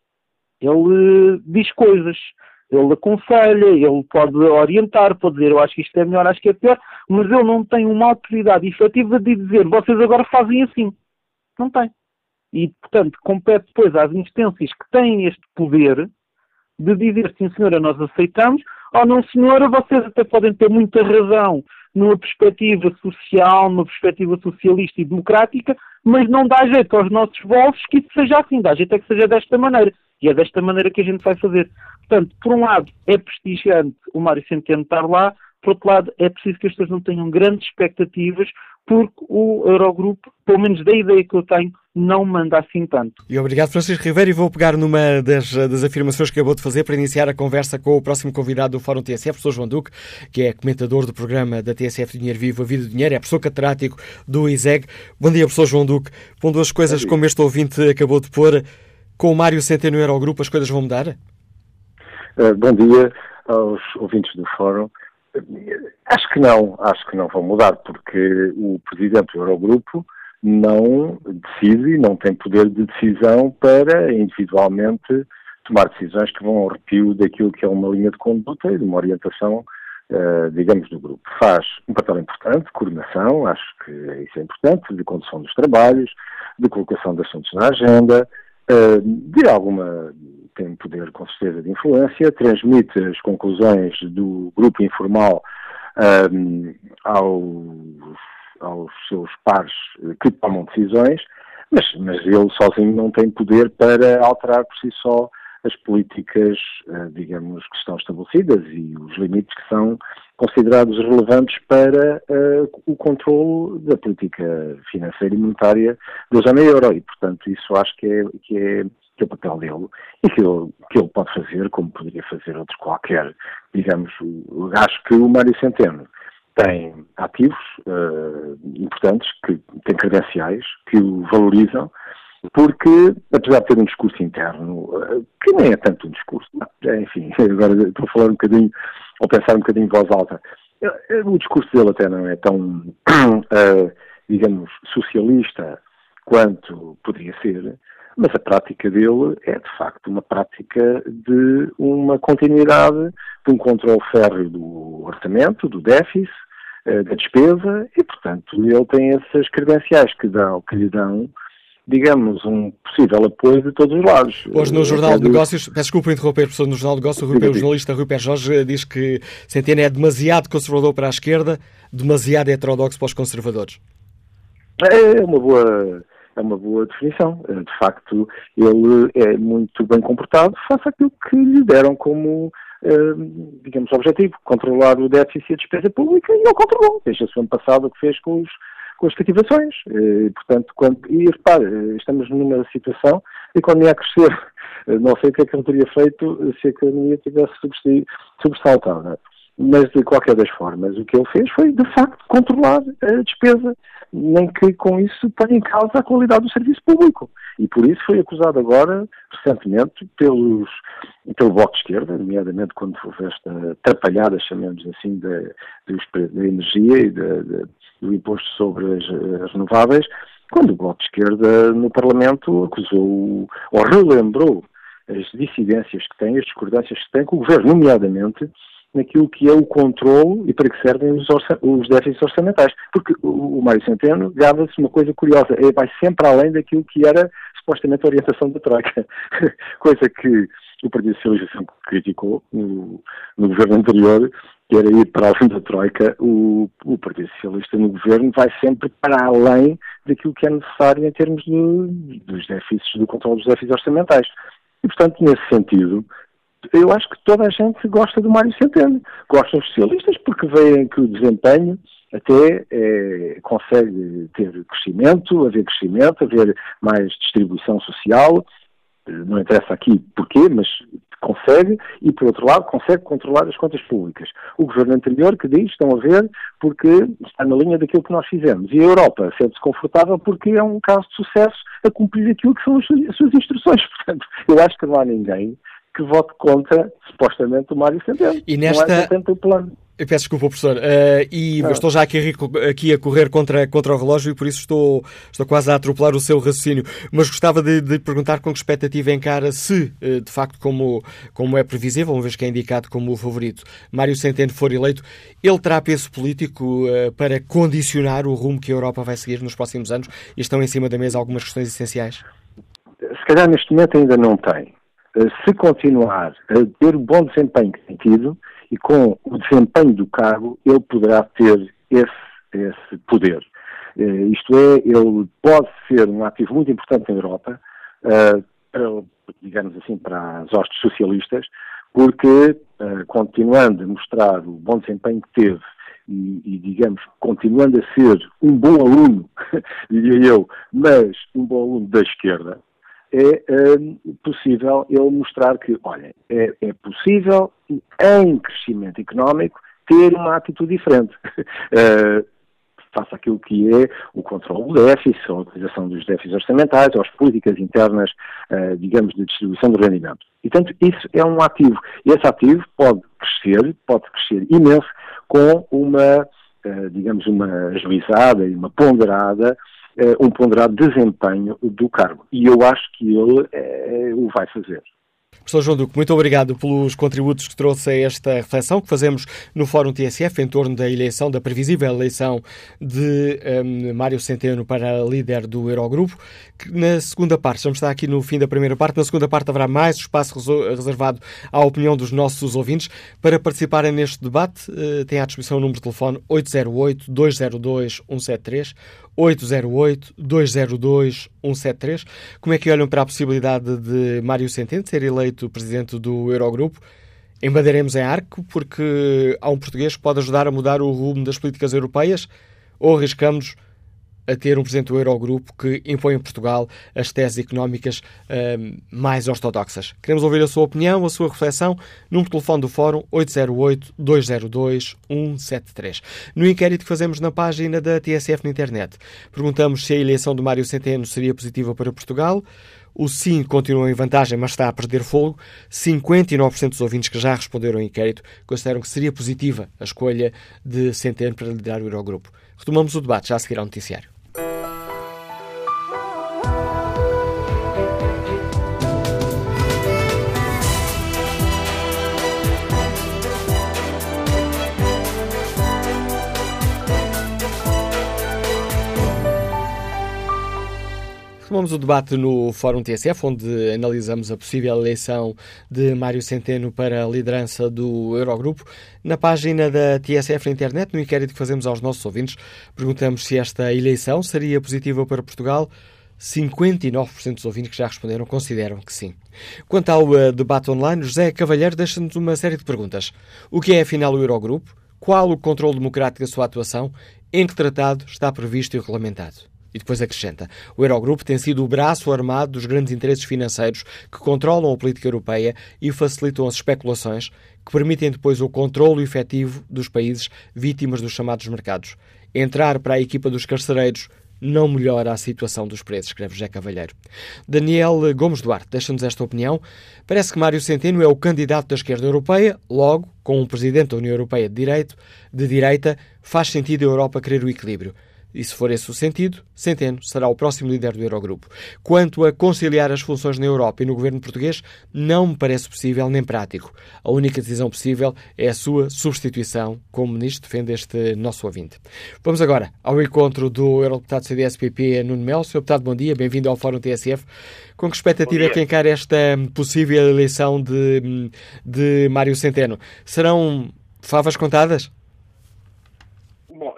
Ele diz coisas. Ele aconselha, ele pode orientar, pode dizer, eu acho que isto é melhor, acho que é pior, mas ele não tem uma autoridade efetiva de dizer, vocês agora fazem assim. Não tem. E, portanto, compete depois às instâncias que têm este poder de dizer, sim senhora, nós aceitamos, ou não senhora, vocês até podem ter muita razão numa perspectiva social, numa perspectiva socialista e democrática, mas não dá jeito aos nossos bolsos que isso seja assim, dá jeito é que seja desta maneira. E é desta maneira que a gente vai fazer. Portanto, por um lado, é prestigiante o Mário Centeno estar lá, por outro lado, é preciso que as pessoas não tenham grandes expectativas, porque o Eurogrupo, pelo menos da ideia que eu tenho, não manda assim tanto. E obrigado, Francisco Ribeiro, e vou pegar numa das afirmações que acabou de fazer para iniciar a conversa com o próximo convidado do Fórum TSF, o professor João Duque, que é comentador do programa da TSF Dinheiro Vivo, A Vida do Dinheiro, é professor catedrático do ISEG. Bom dia, professor João Duque. Pondo as coisas como este ouvinte acabou de pôr, com o Mário Centeno no Eurogrupo, as coisas vão mudar? Bom dia aos ouvintes do Fórum. Acho que não vão mudar, porque o presidente do Eurogrupo não decide, não tem poder de decisão para individualmente tomar decisões que vão ao arrepio daquilo que é uma linha de conduta e de uma orientação, digamos, do grupo. Faz um papel importante de coordenação, acho que isso é importante, de condução dos trabalhos, de colocação de assuntos na agenda, tem poder com certeza de influência, transmite as conclusões do grupo informal aos seus pares que tomam decisões, mas ele sozinho não tem poder para alterar por si só as políticas, digamos, que estão estabelecidas e os limites que são considerados relevantes para o controle da política financeira e monetária da zona euro. E, portanto, isso acho que é o papel dele e que ele pode fazer, como poderia fazer outro qualquer. Digamos, acho que o Mário Centeno tem ativos importantes, que têm credenciais, que o valorizam, porque, apesar de ter um discurso interno, que nem é tanto um discurso, enfim, agora estou a falar um bocadinho, ou pensar um bocadinho em voz alta, o discurso dele até não é tão, digamos, socialista quanto poderia ser, mas a prática dele é, de facto, uma prática de uma continuidade de um controle férreo do orçamento, do déficit, da despesa, e, portanto, ele tem essas credenciais que lhe dão, digamos, um possível apoio de todos os lados. Hoje no Jornal de Negócios, peço desculpa interromper, professor, no Jornal de Negócios, o jornalista Rui Pérez Jorge diz que Centeno é demasiado conservador para a esquerda, demasiado heterodoxo para os conservadores. É uma boa definição. De facto, ele é muito bem comportado face àquilo que lhe deram como, digamos, objetivo, controlar o déficit e a despesa pública, e ele controlou. Veja-se o ano passado o que fez com as cativações. Portanto, repare, estamos numa situação de economia a crescer. Não sei o que é que ele teria feito se a economia tivesse sobressaltado. Mas, de qualquer das formas, o que ele fez foi, de facto, controlar a despesa, nem que com isso ponha em causa a qualidade do serviço público. E por isso foi acusado agora, recentemente, pelo Bloco de Esquerda, nomeadamente quando houve esta atrapalhada, chamemos assim, da energia e do imposto sobre as renováveis, quando o Bloco de Esquerda no Parlamento acusou ou relembrou as dissidências que tem, as discordâncias que tem com o Governo, nomeadamente naquilo que é o controle e para que servem os déficits orçamentais. Porque o Mário Centeno gava-se uma coisa curiosa, vai sempre além daquilo que era supostamente a orientação da Troika, coisa que o Partido Socialista sempre criticou no governo anterior, que era ir para além da Troika. O Partido Socialista no governo vai sempre para além daquilo que é necessário em termos dos déficits, do controle dos déficits orçamentais. E, portanto, nesse sentido, eu acho que toda a gente gosta do Mário Centeno. Gostam os socialistas porque veem que o desempenho até consegue ter crescimento, haver mais distribuição social. Não interessa aqui porquê, mas consegue. E, por outro lado, consegue controlar as contas públicas. O governo anterior que diz, estão a ver, porque está na linha daquilo que nós fizemos. E a Europa sente-se confortável porque é um caso de sucesso a cumprir aquilo que são as suas instruções. Portanto, eu acho que não há ninguém que vote contra, supostamente, o Mário Centeno. E nesta... Não é contente o plano. Eu peço desculpa, professor, estou já aqui a correr contra o relógio e por isso estou quase a atropelar o seu raciocínio, mas gostava de perguntar com que expectativa encara se, de facto, como é previsível, uma vez que é indicado como o favorito, Mário Centeno for eleito, ele terá peso político para condicionar o rumo que a Europa vai seguir nos próximos anos, e estão em cima da mesa algumas questões essenciais? Se calhar neste momento ainda não tem. Se continuar a ter o bom desempenho que tem tido, e com o desempenho do cargo, ele poderá ter esse poder. Isto é, ele pode ser um ativo muito importante na Europa, digamos assim, para as hostes socialistas, porque, continuando a mostrar o bom desempenho que teve e, digamos, continuando a ser um bom aluno, diria eu, mas um bom aluno da esquerda, é possível ele mostrar que, olha, é possível, em crescimento económico, ter uma atitude diferente. Face àquilo que é o controle do déficit, a utilização dos déficits orçamentais, ou as políticas internas, digamos, de distribuição do rendimento. E, portanto, isso é um ativo. E esse ativo pode crescer imenso com uma, digamos, uma ajuizada e uma ponderada, um ponderado desempenho do cargo. E eu acho que ele o vai fazer. Professor João Duque, muito obrigado pelos contributos que trouxe a esta reflexão que fazemos no Fórum TSF em torno da previsível eleição de Mário Centeno para líder do Eurogrupo. Que na segunda parte, estamos a estar aqui no fim da primeira parte, na segunda parte haverá mais espaço reservado à opinião dos nossos ouvintes. Para participarem neste debate, têm à disposição o número de telefone 808-202-173, 808-202-173. Como é que olham para a possibilidade de Mário Centeno ser eleito presidente do Eurogrupo? Embandeiremos em arco porque há um português que pode ajudar a mudar o rumo das políticas europeias, ou arriscamos a ter um presidente do Eurogrupo que impõe em Portugal as teses económicas mais ortodoxas? Queremos ouvir a sua opinião, a sua reflexão. Número de telefone do Fórum 808-202-173. No inquérito que fazemos na página da TSF na internet, perguntamos se a eleição de Mário Centeno seria positiva para Portugal. O sim continua em vantagem, mas está a perder fogo. 59% dos ouvintes que já responderam ao inquérito consideram que seria positiva a escolha de Centeno para liderar o Eurogrupo. Retomamos o debate já a seguir ao noticiário. Retomamos o debate no Fórum TSF, onde analisamos a possível eleição de Mário Centeno para a liderança do Eurogrupo. Na página da TSF na internet, no inquérito que fazemos aos nossos ouvintes, perguntamos se esta eleição seria positiva para Portugal. 59% dos ouvintes que já responderam consideram que sim. Quanto ao debate online, José Cavalheiro deixa-nos uma série de perguntas. O que é, afinal, o Eurogrupo? Qual o controle democrático da sua atuação? Em que tratado está previsto e regulamentado? E depois acrescenta, o Eurogrupo tem sido o braço armado dos grandes interesses financeiros que controlam a política europeia e facilitam as especulações que permitem depois o controlo efetivo dos países vítimas dos chamados mercados. Entrar para a equipa dos carcereiros não melhora a situação dos preços, escreve José Cavalheiro. Daniel Gomes Duarte deixa-nos esta opinião. Parece que Mário Centeno é o candidato da esquerda europeia, logo, com um presidente da União Europeia de direita, faz sentido a Europa querer o equilíbrio. E se for esse o sentido, Centeno será o próximo líder do Eurogrupo. Quanto a conciliar as funções na Europa e no governo português, não me parece possível nem prático. A única decisão possível é a sua substituição como ministro, defende este nosso ouvinte. Vamos agora ao encontro do eurodeputado CDS-PP, Nuno Melo. Sr. Deputado, bom dia, bem-vindo ao Fórum TSF. Com que expectativa é que encara esta possível eleição de Mário Centeno? Serão favas contadas? Bom,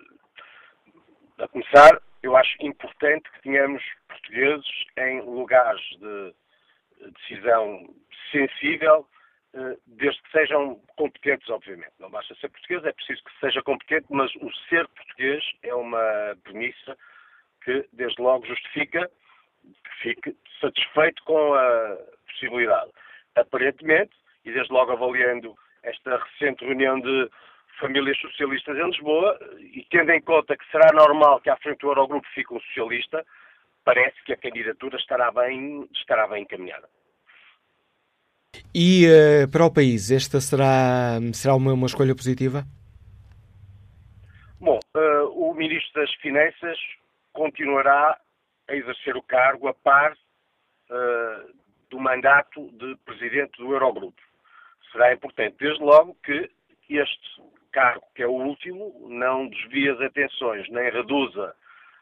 a começar, eu acho importante que tenhamos portugueses em lugares de decisão sensível, desde que sejam competentes, obviamente. Não basta ser português, é preciso que seja competente, mas o ser português é uma premissa que, desde logo, justifica que fique satisfeito com a possibilidade. Aparentemente, e desde logo avaliando esta recente reunião de famílias socialistas em Lisboa, e tendo em conta que será normal que à frente do Eurogrupo fique um socialista, parece que a candidatura estará bem encaminhada. E para o país, esta será uma escolha positiva? Bom, o Ministro das Finanças continuará a exercer o cargo a par do mandato de Presidente do Eurogrupo. Será importante, desde logo, que este cargo, que é o último, não desvia as atenções, nem reduza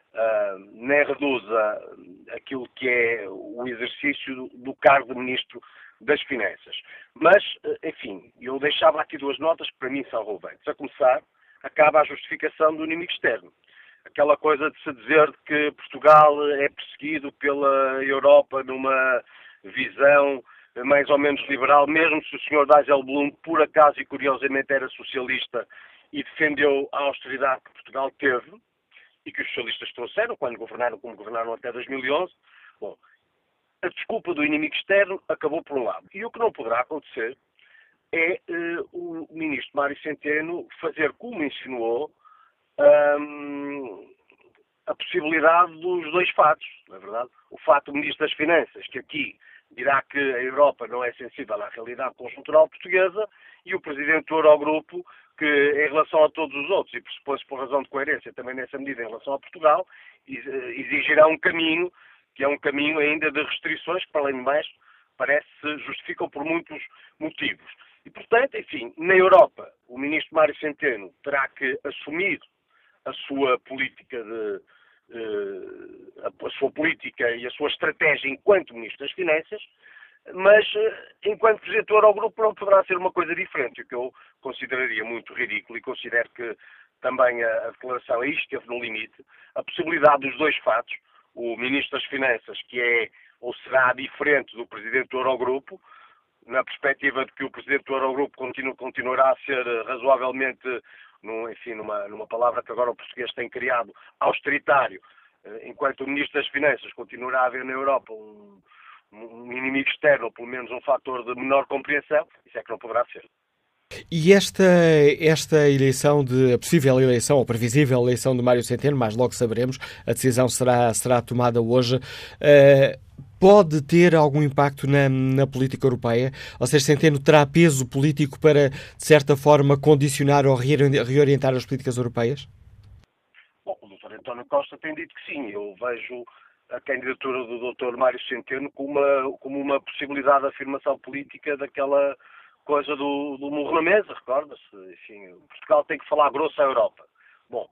aquilo que é o exercício do cargo de Ministro das Finanças. Mas, enfim, eu deixava aqui duas notas que para mim são relevantes. A começar, acaba a justificação do inimigo externo. Aquela coisa de se dizer que Portugal é perseguido pela Europa numa visão mais ou menos liberal, mesmo se o Sr. Dijsselbloem, por acaso e curiosamente, era socialista e defendeu a austeridade que Portugal teve e que os socialistas trouxeram quando governaram como governaram até 2011. Bom, a desculpa do inimigo externo acabou por um lado. E o que não poderá acontecer é o ministro Mário Centeno fazer, como insinuou, a possibilidade dos dois fatos, não é verdade? O fato do Ministro das Finanças, que aqui dirá que a Europa não é sensível à realidade conjuntural portuguesa, e o Presidente do Eurogrupo, que em relação a todos os outros, e pressupõe-se por razão de coerência também nessa medida em relação a Portugal, exigirá um caminho, que é um caminho ainda de restrições, que para além de mais, parece se justificam por muitos motivos. E, portanto, enfim, na Europa, o Ministro Mário Centeno terá que assumir a sua política e a sua estratégia enquanto Ministro das Finanças, mas enquanto Presidente do Eurogrupo não poderá ser uma coisa diferente, o que eu consideraria muito ridículo, e considero que também a declaração aí esteve no limite, a possibilidade dos dois fatos, o Ministro das Finanças, que é ou será diferente do Presidente do Eurogrupo, na perspectiva de que o Presidente do Eurogrupo continuará a ser razoavelmente, numa palavra que agora o português tem criado, austeritário, enquanto o Ministro das Finanças continuará a haver na Europa um inimigo externo, ou pelo menos um fator de menor compreensão, isso é que não poderá ser. E esta eleição, a possível eleição, ou previsível eleição de Mário Centeno, mais logo saberemos, a decisão será tomada hoje, pode ter algum impacto na política europeia? Ou seja, Centeno terá peso político para, de certa forma, condicionar ou reorientar as políticas europeias? Bom, o Dr. António Costa tem dito que sim. Eu vejo a candidatura do Dr. Mário Centeno como uma possibilidade de afirmação política daquela coisa do murro na mesa, recorda-se? Enfim, Portugal tem que falar grosso à Europa. Bom,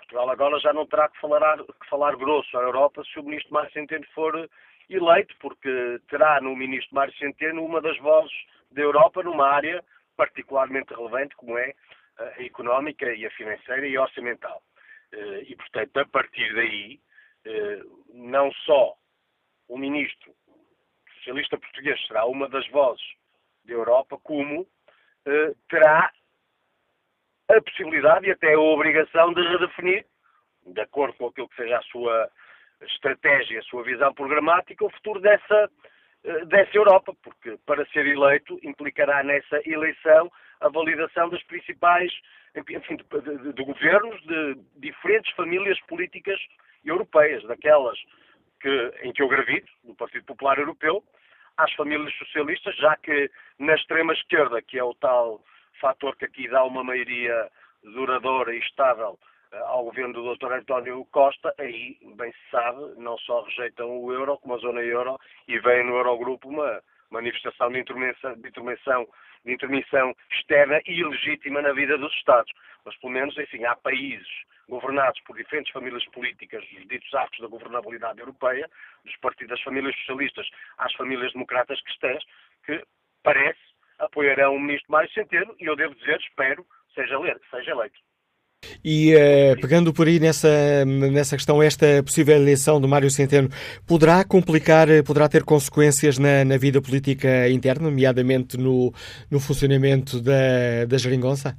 Portugal agora já não terá que falar grosso à Europa se o ministro Mário Centeno for eleito, porque terá no ministro Mário Centeno uma das vozes da Europa numa área particularmente relevante, como é a económica e a financeira e a orçamental. E, portanto, a partir daí, não só o ministro socialista português será uma das vozes da Europa, como terá a possibilidade e até a obrigação de redefinir, de acordo com aquilo que seja a sua estratégia, a sua visão programática, o futuro dessa Europa, porque para ser eleito implicará nessa eleição a validação das principais, enfim, de governos de diferentes famílias políticas europeias, daquelas em que eu gravito, do Partido Popular Europeu, às famílias socialistas, já que na extrema-esquerda, que é o tal fator que aqui dá uma maioria duradoura e estável ao governo do Dr. António Costa, aí, bem se sabe, não só rejeitam o euro, como a zona euro, e vem no Eurogrupo uma manifestação de intermissão externa e ilegítima na vida dos Estados. Mas, pelo menos, enfim, há países governados por diferentes famílias políticas, os ditos arcos da governabilidade europeia, dos partidos das famílias socialistas às famílias democratas cristãs, que parece apoiarão o ministro Mário Centeno, e eu devo dizer, espero, seja eleito. E pegando por aí nessa questão, esta possível eleição do Mário Centeno poderá ter consequências na vida política interna, nomeadamente no funcionamento da geringonça?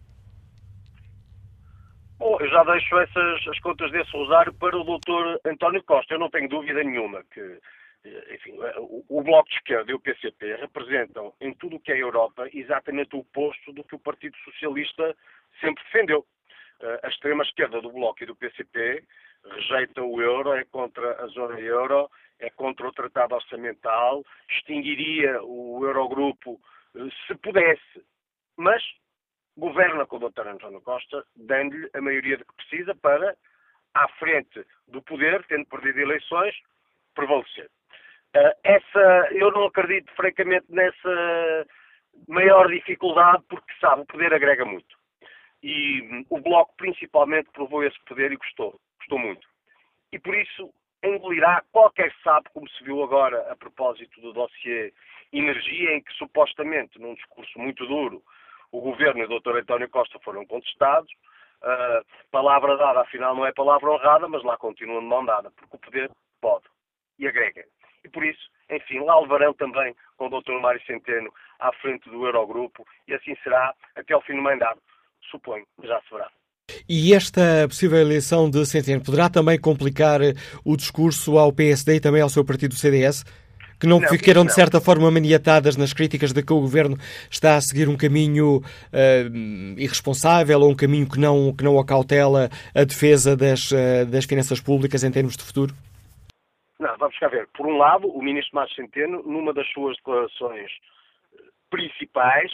Bom, eu já deixo as contas desse rosário para o Dr. António Costa. Eu não tenho dúvida nenhuma que, enfim, o Bloco de Esquerda e o PCP representam em tudo o que é Europa exatamente o oposto do que o Partido Socialista sempre defendeu. A extrema-esquerda do Bloco e do PCP rejeita o euro, é contra a zona euro, é contra o tratado orçamental, extinguiria o Eurogrupo se pudesse, mas governa com o Dr. António Costa, dando-lhe a maioria de que precisa para, à frente do poder, tendo perdido eleições, prevalecer. Eu não acredito, francamente, nessa maior dificuldade, porque, sabe, o poder agrega muito. E o Bloco, principalmente, provou esse poder e gostou muito. E, por isso, engolirá qualquer sapo, como se viu agora a propósito do dossiê Energia, em que, supostamente, num discurso muito duro, o Governo e o Dr. António Costa foram contestados. Palavra dada, afinal, não é palavra honrada, mas lá continua de mão dada, porque o poder pode e agrega. E, por isso, enfim, lá levarão também com o Dr. Mário Centeno à frente do Eurogrupo, e assim será até ao fim do mandato. Suponho, já se verá. E esta possível eleição de Centeno poderá também complicar o discurso ao PSD e também ao seu partido CDS, que não ficaram de certa forma maniatadas nas críticas de que o Governo está a seguir um caminho irresponsável ou um caminho que não acautela a defesa das finanças públicas em termos de futuro? Não, vamos cá ver. Por um lado, o ministro Mário Centeno, numa das suas declarações principais,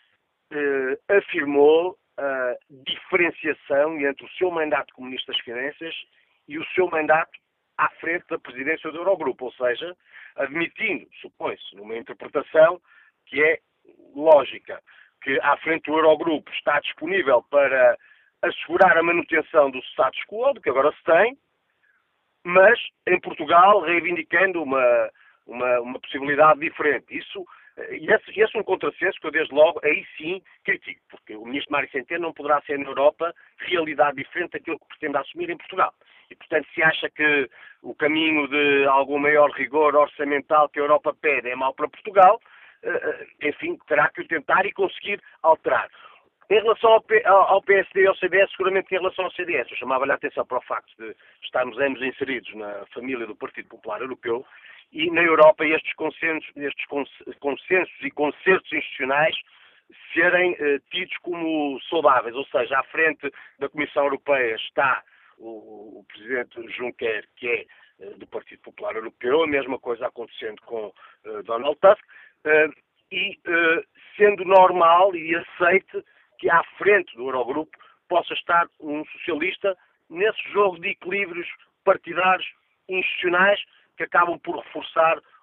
afirmou a diferenciação entre o seu mandato como Ministro das Finanças e o seu mandato à frente da presidência do Eurogrupo, ou seja, admitindo, supõe-se, numa interpretação que é lógica, que à frente do Eurogrupo está disponível para assegurar a manutenção do status quo, do que agora se tem, mas em Portugal reivindicando uma possibilidade diferente. E esse é um contrassenso que eu, desde logo, aí sim critico, porque o ministro Mário Centeno não poderá ser na Europa realidade diferente daquilo que pretende assumir em Portugal. E, portanto, se acha que o caminho de algum maior rigor orçamental que a Europa pede é mau para Portugal, enfim, terá que o tentar e conseguir alterar. Em relação ao PSD e ao CDS, seguramente em relação ao CDS, eu chamava-lhe a atenção para o facto de estarmos ambos inseridos na família do Partido Popular Europeu, e na Europa estes consensos e concertos institucionais serem tidos como saudáveis, ou seja, à frente da Comissão Europeia está o Presidente Juncker, que é do Partido Popular Europeu, a mesma coisa acontecendo com Donald Tusk, e sendo normal e aceite que à frente do Eurogrupo possa estar um socialista nesse jogo de equilíbrios partidários institucionais que acabam por reforçar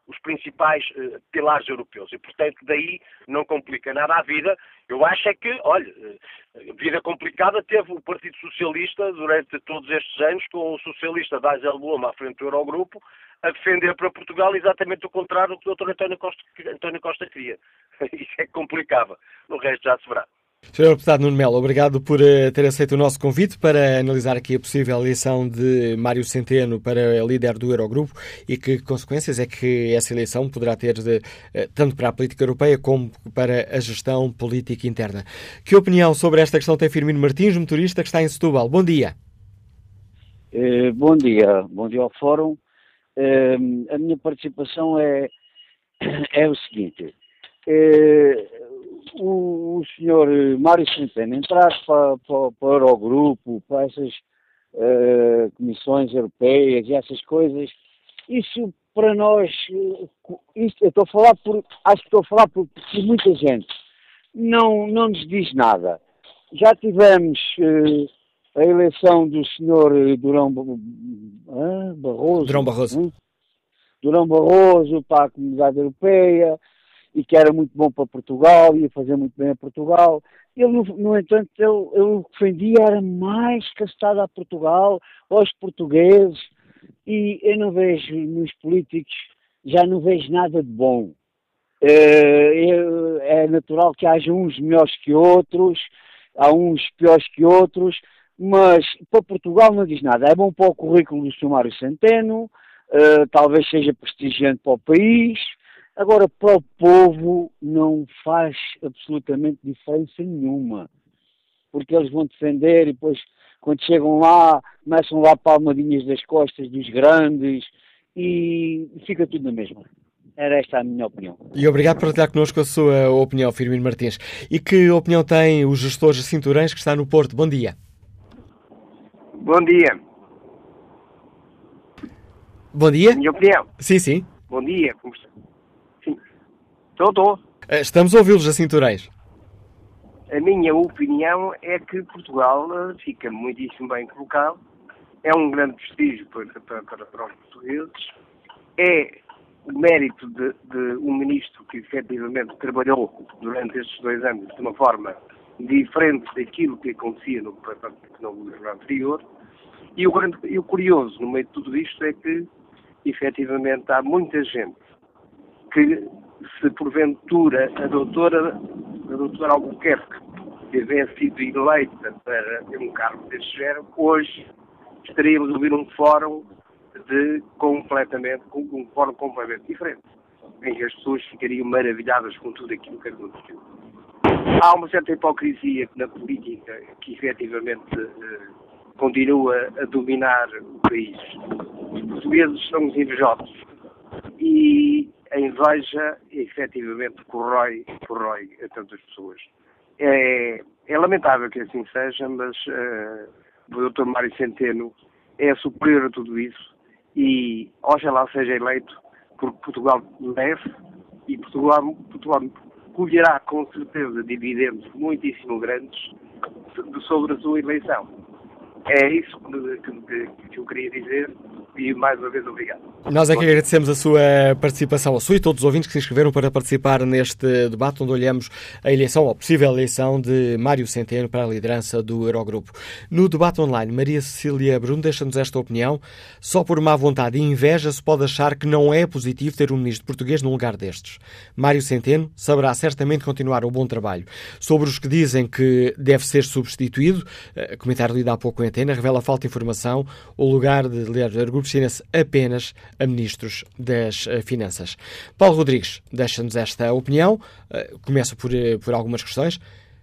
os principais pilares europeus. E, portanto, daí não complica nada a vida. Eu acho é que, olha, vida complicada teve o Partido Socialista durante todos estes anos, com o socialista Dijsselbloem à frente do Eurogrupo, a defender para Portugal exatamente o contrário do que o Dr. António Costa queria. Isso é que complicava. No resto já se verá. Sr. Deputado Nuno Melo, obrigado por ter aceito o nosso convite para analisar aqui a possível eleição de Mário Centeno para líder do Eurogrupo e que consequências é que essa eleição poderá ter tanto para a política europeia como para a gestão política interna. Que opinião sobre esta questão tem Firmino Martins, motorista que está em Setúbal? Bom dia. Bom dia ao Fórum. A minha participação é o seguinte. O senhor Mário Centeno entrar para o Eurogrupo, para essas comissões europeias e essas coisas, isso para nós, acho que estou a falar por muita gente, não nos diz nada. Já tivemos a eleição do senhor Durão Barroso para a Comunidade Europeia, e que era muito bom para Portugal, ia fazer muito bem a Portugal. Ele, no entanto, ele defendia era mais castado a Portugal, aos portugueses, e eu não vejo nos políticos, já não vejo nada de bom. É natural que haja uns melhores que outros, há uns piores que outros, mas para Portugal não diz nada. É bom para o currículo do Sr. Mário Centeno, talvez seja prestigiante para o país. Agora, para o povo não faz absolutamente diferença nenhuma, porque eles vão defender e depois, quando chegam lá, começam lá palmadinhas das costas dos grandes e fica tudo na mesma. Era esta a minha opinião. E obrigado por partilhar connosco a sua opinião, Firmino Martins. E que opinião tem o gestor de Cinturães que está no Porto? Bom dia. Bom dia. Bom dia. Minha opinião. Sim. Bom dia. Como está? Sim. Estou. Estamos a ouvi-los, a Cinturães. A minha opinião é que Portugal fica muitíssimo bem colocado. É um grande prestígio para os portugueses. É o mérito de um ministro que efetivamente trabalhou durante estes 2 anos de uma forma diferente daquilo que acontecia no governo anterior. E o curioso no meio de tudo isto é que efetivamente há muita gente que, se porventura a doutora Albuquerque tivesse sido eleita para ter um cargo deste género, hoje estaríamos a ouvir um fórum com um fórum completamente diferente, em que as pessoas ficariam maravilhadas com tudo aquilo que aconteceu. Há uma certa hipocrisia na política que efetivamente continua a dominar o país. Os portugueses são os invejosos e a inveja efetivamente corrói a tantas pessoas. É lamentável que assim seja, mas o Dr. Mário Centeno é superior a tudo isso e oxalá seja eleito, porque Portugal merece e Portugal colherá com certeza dividendos muitíssimo grandes sobre a sua eleição. É isso que eu queria dizer e mais uma vez obrigado. Nós é que agradecemos a sua participação, a sua e todos os ouvintes que se inscreveram para participar neste debate onde olhamos a eleição, ou a possível eleição de Mário Centeno para a liderança do Eurogrupo. No debate online, Maria Cecília Bruno deixa-nos esta opinião. Só por má vontade e inveja se pode achar que não é positivo ter um ministro português num lugar destes. Mário Centeno saberá certamente continuar o bom trabalho. Sobre os que dizem que deve ser substituído, comentário lido há pouco em antena, revela falta de informação. O lugar de líder do Eurogrupo destina-se apenas a ministros das Finanças. Paulo Rodrigues deixa-nos esta opinião. Começa por algumas questões.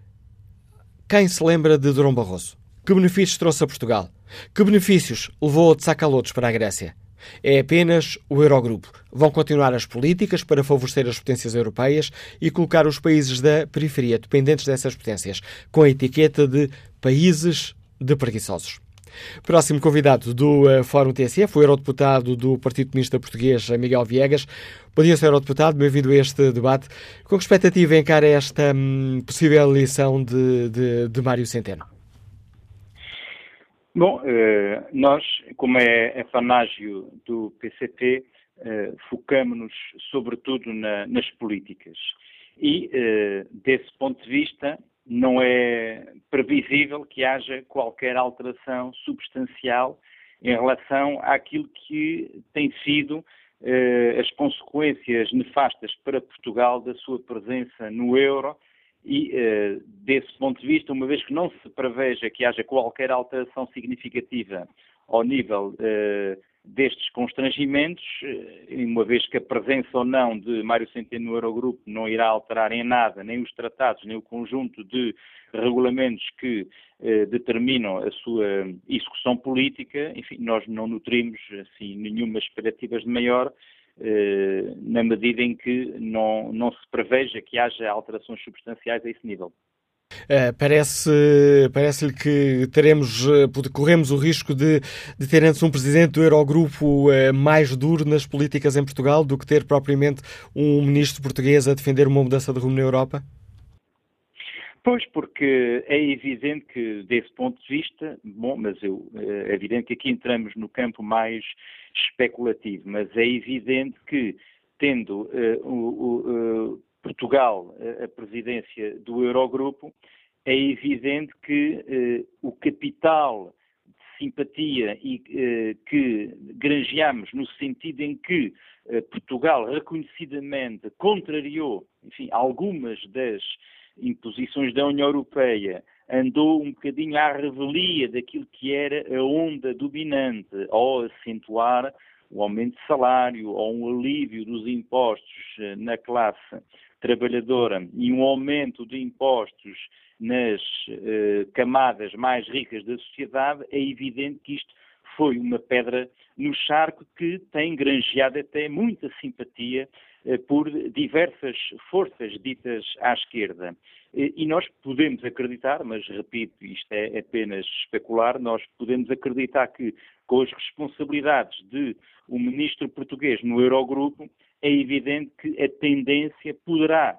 Quem se lembra de Durão Barroso? Que benefícios trouxe a Portugal? Que benefícios levou de sacalotes para a Grécia? É apenas o Eurogrupo. Vão continuar as políticas para favorecer as potências europeias e colocar os países da periferia dependentes dessas potências, com a etiqueta de países de preguiçosos. Próximo convidado do Fórum TSF, o eurodeputado do Partido Comunista Português, Miguel Viegas. Bom dia, Sr. Eurodeputado, bem-vindo a este debate. Com que expectativa encara esta possível eleição de Mário Centeno? Bom, nós, como é fanágio do PCP, focamo-nos sobretudo nas políticas. E, desse ponto de vista, não é previsível que haja qualquer alteração substancial em relação àquilo que tem sido as consequências nefastas para Portugal da sua presença no euro e, desse ponto de vista, uma vez que não se preveja que haja qualquer alteração significativa ao nível destes constrangimentos, uma vez que a presença ou não de Mário Centeno no Eurogrupo não irá alterar em nada nem os tratados, nem o conjunto de regulamentos que determinam a sua execução política, enfim, nós não nutrimos assim, nenhuma expectativa de maior, na medida em que não se preveja que haja alterações substanciais a esse nível. Parece-lhe que corremos o risco de ter antes um presidente do Eurogrupo mais duro nas políticas em Portugal do que ter propriamente um ministro português a defender uma mudança de rumo na Europa? Pois, porque é evidente que, desse ponto de vista, é evidente que aqui entramos no campo mais especulativo, mas é evidente que, tendo Portugal a presidência do Eurogrupo, é evidente que o capital de simpatia que granjeamos no sentido em que Portugal reconhecidamente contrariou, enfim, algumas das imposições da União Europeia, andou um bocadinho à revelia daquilo que era a onda dominante, ao acentuar o aumento de salário, ou um alívio dos impostos na classe trabalhadora e um aumento de impostos nas camadas mais ricas da sociedade, é evidente que isto foi uma pedra no charco que tem granjeado até muita simpatia por diversas forças ditas à esquerda. E nós podemos acreditar, mas repito, isto é apenas especular, nós podemos acreditar que com as responsabilidades de um ministro português no Eurogrupo, é evidente que a tendência poderá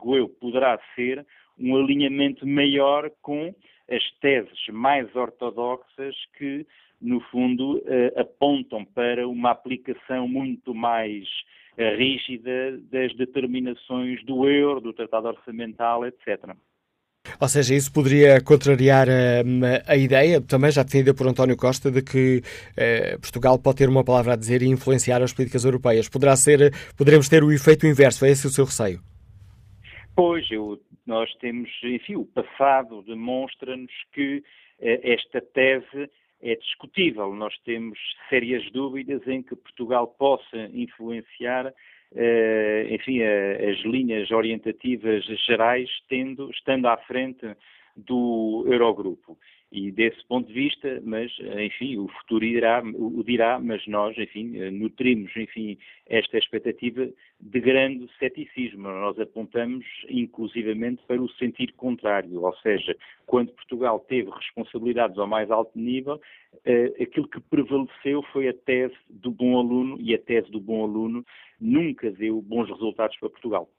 ser um alinhamento maior com as teses mais ortodoxas que, no fundo, apontam para uma aplicação muito mais rígida das determinações do euro, do Tratado Orçamental, etc. Ou seja, isso poderia contrariar a ideia, também já defendida por António Costa, de que Portugal pode ter uma palavra a dizer e influenciar as políticas europeias. Poderemos ter o efeito inverso, é esse o seu receio? Pois, nós temos, enfim, o passado demonstra-nos que esta tese é discutível. Nós temos sérias dúvidas em que Portugal possa influenciar, enfim, as linhas orientativas gerais, estando à frente do Eurogrupo. E desse ponto de vista, mas, enfim, o futuro o dirá, mas nós, enfim, nutrimos, enfim, esta expectativa de grande ceticismo. Nós apontamos, inclusivamente, para o sentido contrário, ou seja, quando Portugal teve responsabilidades ao mais alto nível, aquilo que prevaleceu foi a tese do bom aluno, e a tese do bom aluno nunca deu bons resultados para Portugal.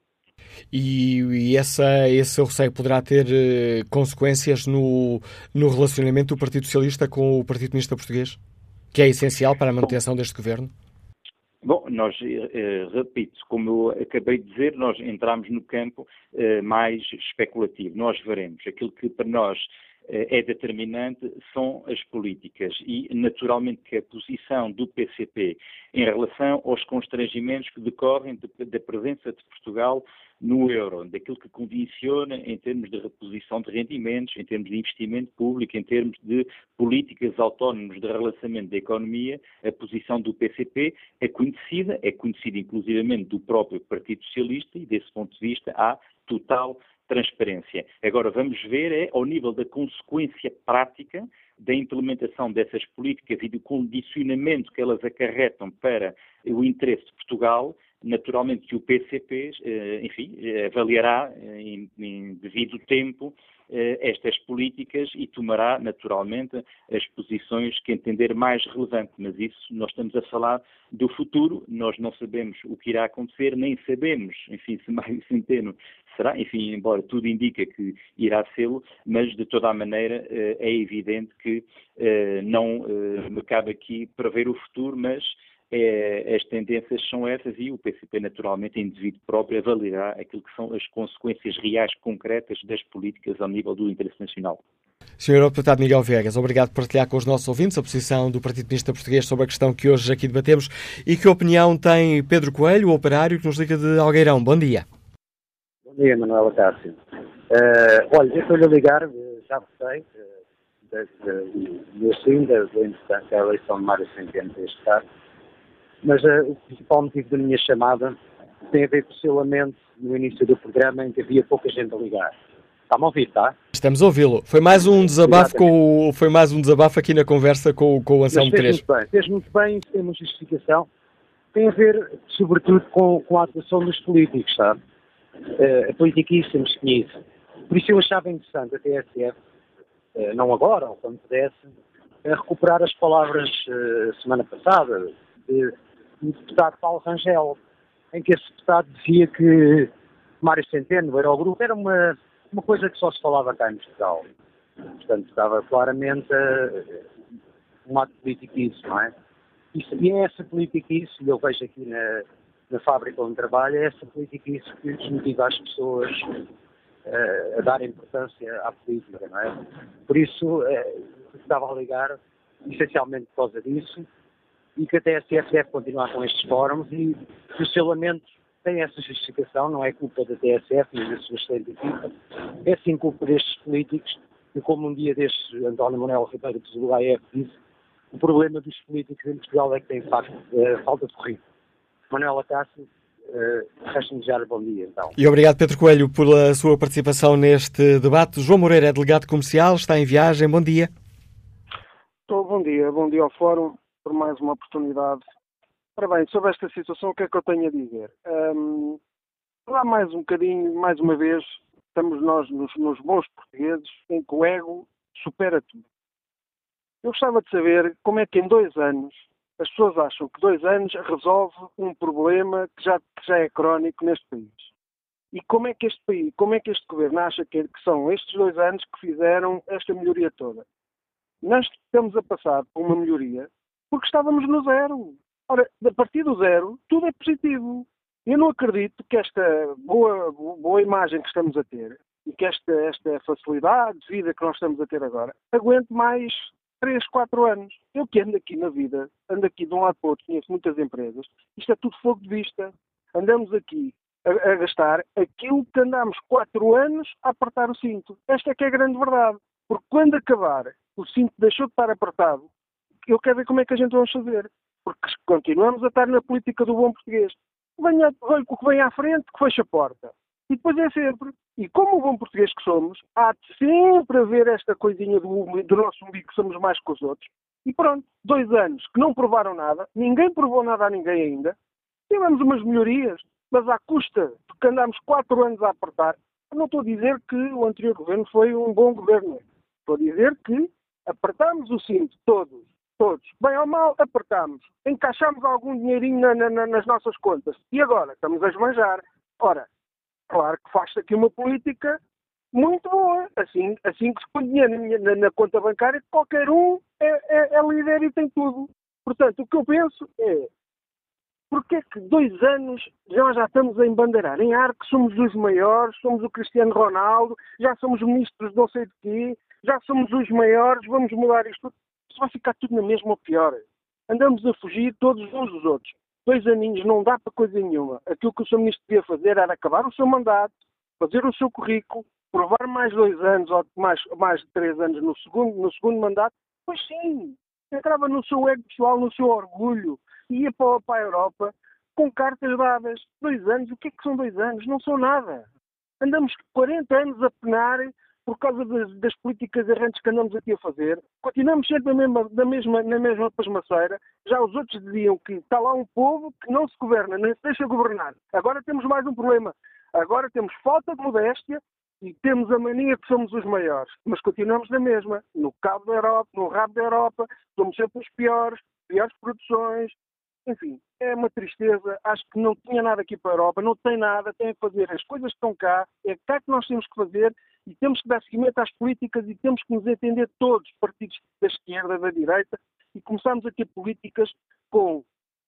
E esse seu receio poderá ter consequências no relacionamento do Partido Socialista com o Partido Comunista Português, que é essencial para a manutenção deste governo? Bom, nós, repito, como eu acabei de dizer, nós entramos no campo mais especulativo. Nós veremos. Aquilo que para nós é determinante são as políticas e, naturalmente, que a posição do PCP em relação aos constrangimentos que decorrem da presença de Portugal no euro, daquilo que condiciona em termos de reposição de rendimentos, em termos de investimento público, em termos de políticas autónomas de relançamento da economia, a posição do PCP é conhecida inclusivamente do próprio Partido Socialista e, desse ponto de vista, há total transparência. Agora, vamos ver ao nível da consequência prática da implementação dessas políticas e do condicionamento que elas acarretam para o interesse de Portugal. Naturalmente que o PCP, enfim, avaliará em devido tempo estas políticas e tomará, naturalmente, as posições que entender mais relevantes. Mas isso, nós estamos a falar do futuro, nós não sabemos o que irá acontecer, nem sabemos, enfim, se Mário Centeno será, enfim, embora tudo indica que irá sê-lo, mas de toda a maneira é evidente que não me cabe aqui prever o futuro, mas as tendências são essas e o PCP, naturalmente, em devido próprio, avaliará aquilo que são as consequências reais, concretas das políticas ao nível do interesse nacional. Sr. Deputado Miguel Viegas, obrigado por partilhar com os nossos ouvintes a posição do Partido Comunista Português sobre a questão que hoje aqui debatemos. E que opinião tem Pedro Coelho, o operário que nos liga de Algueirão? Bom dia. Bom dia, Manuela Cássio. Olha, eu estou-lhe a ligar, já votei, da importância da eleição de Mário Centeno deste caso, mas o principal motivo da minha chamada tem a ver com o seu lamento no início do programa em que havia pouca gente a ligar. Está-me a ouvir, está? Estamos a ouvi-lo. Foi mais um desabafo aqui na conversa com o Anselmo Crespo. Fez muito bem, isso tem uma justificação. Tem a ver, sobretudo, com a atuação dos políticos, sabe? A politiquice temos que isso. Por isso eu achava interessante a TSF, não agora, ou quando pudesse, recuperar as palavras semana passada do deputado Paulo Rangel, em que esse deputado dizia que Mário Centeno, o Eurogrupo, era uma coisa que só se falava cá em Portugal. Portanto, estava claramente um ato de politiquice, não é? E é essa politiquice, e eu vejo aqui na fábrica onde trabalho, é essa politiquice que desmotiva as pessoas a dar importância à política, não é? Por isso, estava a ligar, essencialmente por causa disso, e que a TSF deve continuar com estes fóruns e que o seu lamento tem essa justificação, não é culpa da TSF, mas da sua excelente equipa, é sim culpa destes políticos, e como um dia destes António Manuel Ribeiro do AEF disse, o problema dos políticos em Portugal é que tem falta de currículo. Manuela Cássio, resta-me desejar bom dia, então. E obrigado, Pedro Coelho, pela sua participação neste debate. João Moreira é delegado comercial, está em viagem. Bom dia. Bom dia ao Fórum, por mais uma oportunidade. Ora bem, sobre esta situação, o que é que eu tenho a dizer? Lá mais um bocadinho, mais uma vez, estamos nós nos bons portugueses, em que o ego supera tudo. Eu gostava de saber como é que em 2 anos, as pessoas acham que 2 anos resolve um problema que já é crónico neste país. E como é que este governo acha que são estes 2 anos que fizeram esta melhoria toda? Nós estamos a passar por uma melhoria porque estávamos no zero. Ora, a partir do zero, tudo é positivo. Eu não acredito que esta boa imagem que estamos a ter e que esta facilidade de vida que nós estamos a ter agora aguente mais 3, 4 anos. Eu que ando aqui na vida, ando aqui de um lado para o outro, conheço muitas empresas, isto é tudo fogo de vista. Andamos aqui a gastar aquilo que andámos 4 anos a apertar o cinto. Esta é que é a grande verdade. Porque quando acabar, o cinto deixou de estar apertado, eu quero ver como é que a gente vamos fazer. Porque continuamos a estar na política do bom português. O que vem à frente, que fecha a porta. E depois é sempre. E como o bom português que somos, há de sempre haver esta coisinha do nosso umbigo que somos mais que os outros. E pronto, 2 anos que não provaram nada, ninguém provou nada a ninguém ainda, tivemos umas melhorias, mas à custa de que andámos 4 anos a apertar. Eu não estou a dizer que o anterior governo foi um bom governo. Estou a dizer que apertámos o cinto, todos, bem ou mal, apertámos, encaixámos algum dinheirinho nas nossas contas. E agora? Estamos a esbanjar. Ora, claro que faz-se aqui uma política muito boa. Assim que se põe dinheiro na conta bancária, qualquer um é líder e tem tudo. Portanto, o que eu penso é, porque é que 2 anos já estamos a embandeirar em ar que somos os maiores, somos o Cristiano Ronaldo, já somos ministros de não sei de quê, já somos os maiores, vamos mudar isto tudo. Isso vai ficar tudo na mesma ou pior. Andamos a fugir todos uns dos outros. 2 aninhos não dá para coisa nenhuma. Aquilo que o Sr. Ministro devia fazer era acabar o seu mandato, fazer o seu currículo, provar mais 2 anos ou mais de 3 anos no segundo mandato, pois sim, entrava no seu ego pessoal, no seu orgulho, e ia para a Europa com cartas dadas. 2 anos, o que é que são 2 anos? Não são nada. Andamos 40 anos a penar por causa das políticas errantes que andamos aqui a fazer. Continuamos sempre na mesma pasmaceira. Já os outros diziam que está lá um povo que não se governa, nem se deixa governar. Agora temos mais um problema. Agora temos falta de modéstia e temos a mania que somos os maiores. Mas continuamos na mesma. No rabo da Europa, somos sempre os piores produções. Enfim, é uma tristeza. Acho que não tinha nada aqui para a Europa, não tem nada, tem que fazer as coisas que estão cá, é cá que nós temos que fazer e temos que dar seguimento às políticas e temos que nos entender todos, partidos da esquerda, da direita, e começarmos a ter políticas com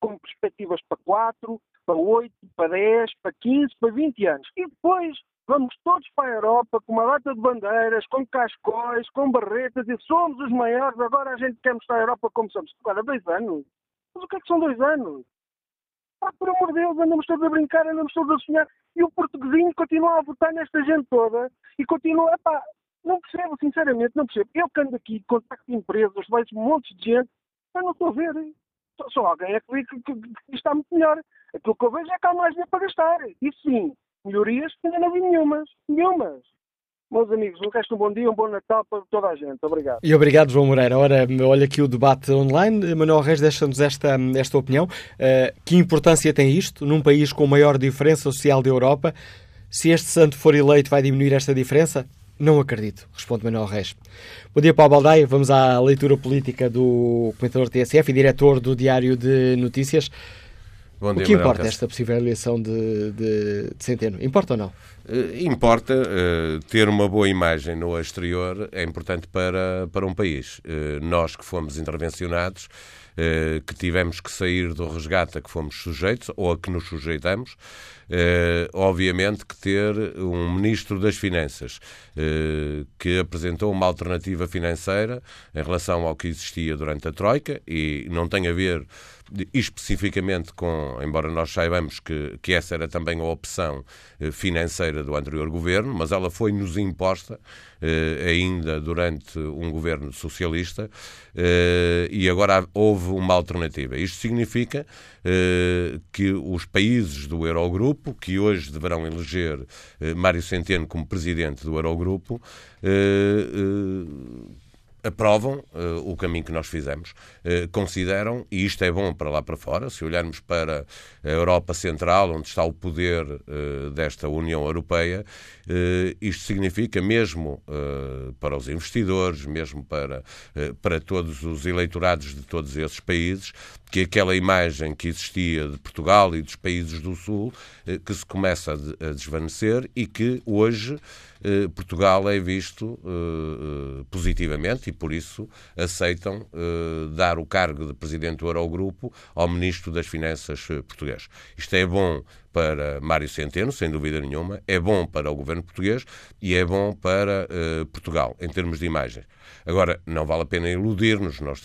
com perspectivas para 4, para 8, para 10, para 15, para 20 anos. E depois vamos todos para a Europa com uma data de bandeiras, com cascóis, com barretas, e somos os maiores, agora a gente quer mostrar a Europa como somos. Agora, 2 anos? Mas o que é que são 2 anos? Por amor de Deus, andamos todos a brincar, andamos todos a sonhar, e o portuguesinho continua a votar nesta gente toda, e continua, não percebo, sinceramente, não percebo. Eu que ando aqui, contacto de empresas, vejo um monte de gente, mas não estou a ver. Só alguém é que está muito melhor. Aquilo que eu vejo é que há mais dinheiro para gastar. E sim, melhorias ainda não vi nenhumas. Meus amigos, um resto de um bom dia, um bom Natal para toda a gente. Obrigado. E obrigado, João Moreira. Ora, olha aqui o debate online. Manuel Reis deixa-nos esta opinião. Que importância tem isto num país com a maior diferença social da Europa? Se este santo for eleito, vai diminuir esta diferença? Não acredito, responde Manuel Reis. Bom dia, Paulo Baldaia. Vamos à leitura política do comentador TSF e diretor do Diário de Notícias. Bom dia, o que importa esta possível eleição de Centeno? Importa ou não? Importa. Ter uma boa imagem no exterior é importante para um país. Nós que fomos intervencionados, que tivemos que sair do resgate a que fomos sujeitos ou a que nos sujeitamos, obviamente que ter um Ministro das Finanças que apresentou uma alternativa financeira em relação ao que existia durante a Troika, e não tem a ver especificamente com, embora nós saibamos que essa era também a opção financeira do anterior governo, mas ela foi-nos imposta ainda durante um governo socialista, e agora houve uma alternativa. Isto significa que os países do Eurogrupo, que hoje deverão eleger Mário Centeno como presidente do Eurogrupo, aprovam o caminho que nós fizemos, consideram, e isto é bom para lá para fora, se olharmos para a Europa Central, onde está o poder desta União Europeia, isto significa mesmo para os investidores, mesmo para todos os eleitorados de todos esses países, que aquela imagem que existia de Portugal e dos países do Sul, que se começa a desvanecer, e que hoje Portugal é visto positivamente, e por isso aceitam dar o cargo de Presidente do Eurogrupo ao Ministro das Finanças português. Isto é bom para Mário Centeno, sem dúvida nenhuma, é bom para o governo português e é bom para Portugal, em termos de imagem. Agora, não vale a pena iludir-nos, nós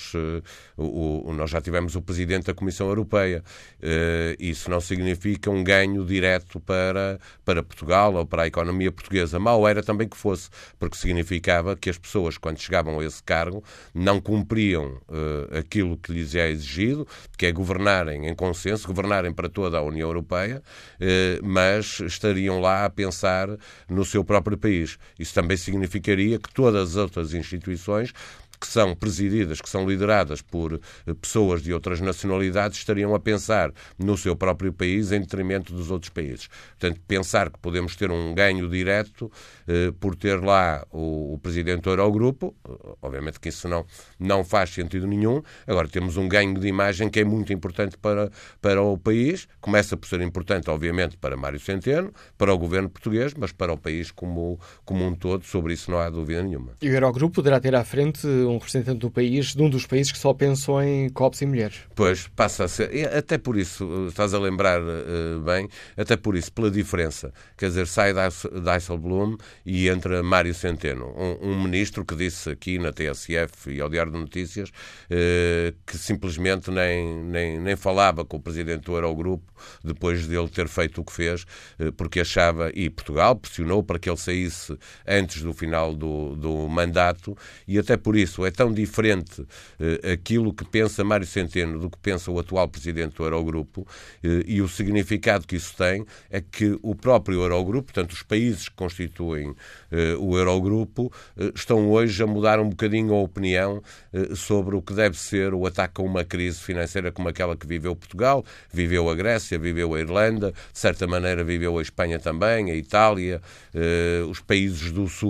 já tivemos o Presidente da Comissão Europeia, isso não significa um ganho direto para Portugal ou para a economia portuguesa. Mal era também que fosse, porque significava que as pessoas, quando chegavam a esse cargo, não cumpriam aquilo que lhes é exigido, que é governarem em consenso, governarem para toda a União Europeia, mas estariam lá a pensar no seu próprio país. Isso também significaria que todas as outras instituições que são presididas, que são lideradas por pessoas de outras nacionalidades, estariam a pensar no seu próprio país em detrimento dos outros países. Portanto, pensar que podemos ter um ganho direto por ter lá o Presidente do Eurogrupo, obviamente que isso não faz sentido nenhum. Agora, temos um ganho de imagem que é muito importante para o país, começa por ser importante, obviamente, para Mário Centeno, para o governo português, mas para o país como um todo, sobre isso não há dúvida nenhuma. E o Eurogrupo poderá ter à frente um representante do país, de um dos países que só pensou em copos e mulheres. Pois, passa a ser. E até por isso, estás a lembrar bem, até por isso, pela diferença. Quer dizer, sai Dijsselbloem e entra Mário Centeno, um ministro que disse aqui na TSF e ao Diário de Notícias que simplesmente nem falava com o Presidente do Eurogrupo depois dele ter feito o que fez, porque achava, e Portugal pressionou para que ele saísse antes do final do mandato, e até por isso é tão diferente aquilo que pensa Mário Centeno do que pensa o atual Presidente do Eurogrupo, e o significado que isso tem é que o próprio Eurogrupo, portanto os países que constituem o Eurogrupo, estão hoje a mudar um bocadinho a opinião sobre o que deve ser o ataque a uma crise financeira como aquela que viveu Portugal, viveu a Grécia, viveu a Irlanda, de certa maneira viveu a Espanha também, a Itália, os países do Sul,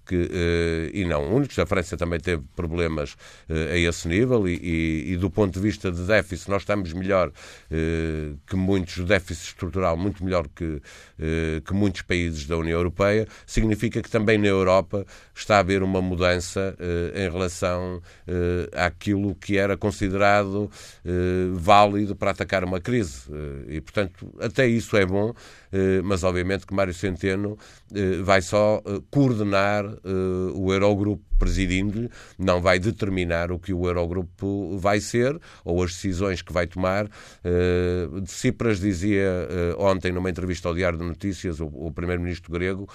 e não únicos. A França também teve problemas a esse nível e do ponto de vista de déficit nós estamos melhor que muitos, o déficit estrutural muito melhor que muitos países da União Europeia. Significa que também na Europa está a haver uma mudança em relação àquilo que era considerado válido para atacar uma crise. E, portanto, até isso é bom, mas obviamente que Mário Centeno vai só coordenar o Eurogrupo presidindo-lhe, não vai determinar o que o Eurogrupo vai ser ou as decisões que vai tomar. Tsipras dizia ontem numa entrevista ao Diário de Notícias, o primeiro-ministro grego,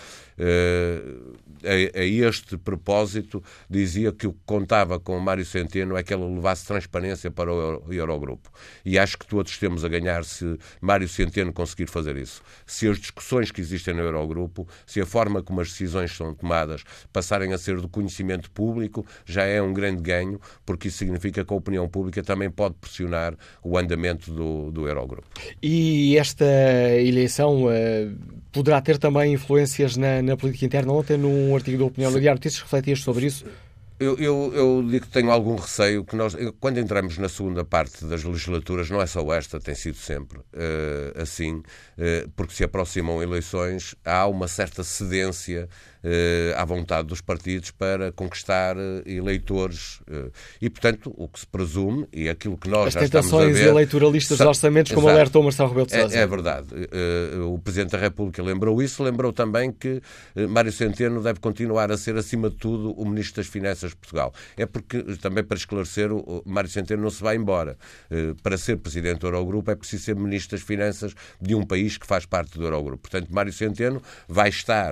a este propósito, dizia que o que contava com Mário Centeno é que ele levasse transparência para o Eurogrupo. E acho que todos temos a ganhar se Mário Centeno conseguir fazer isso. Se as discussões que existem no Eurogrupo, se a forma como as decisões são tomadas passarem a ser do conhecimento público, já é um grande ganho, porque isso significa que a opinião pública também pode pressionar o andamento do Eurogrupo. E esta eleição poderá ter também influências na política interna? Ontem, num artigo da Opinião no Diário de Notícias, refletias sobre isso? Eu digo que tenho algum receio que quando entramos na segunda parte das legislaturas, não é só esta, tem sido sempre assim, porque se aproximam eleições, há uma certa cedência à vontade dos partidos para conquistar eleitores e, portanto, o que se presume e aquilo que nós já estamos a ver... As tentações eleitoralistas dos orçamentos, como alertou Marcelo Rebelo de Sousa. É verdade. O Presidente da República lembrou isso, lembrou também que Mário Centeno deve continuar a ser, acima de tudo, o Ministro das Finanças de Portugal. É porque, também para esclarecer, o Mário Centeno não se vai embora. Para ser Presidente do Eurogrupo é preciso ser Ministro das Finanças de um país que faz parte do Eurogrupo. Portanto, Mário Centeno vai estar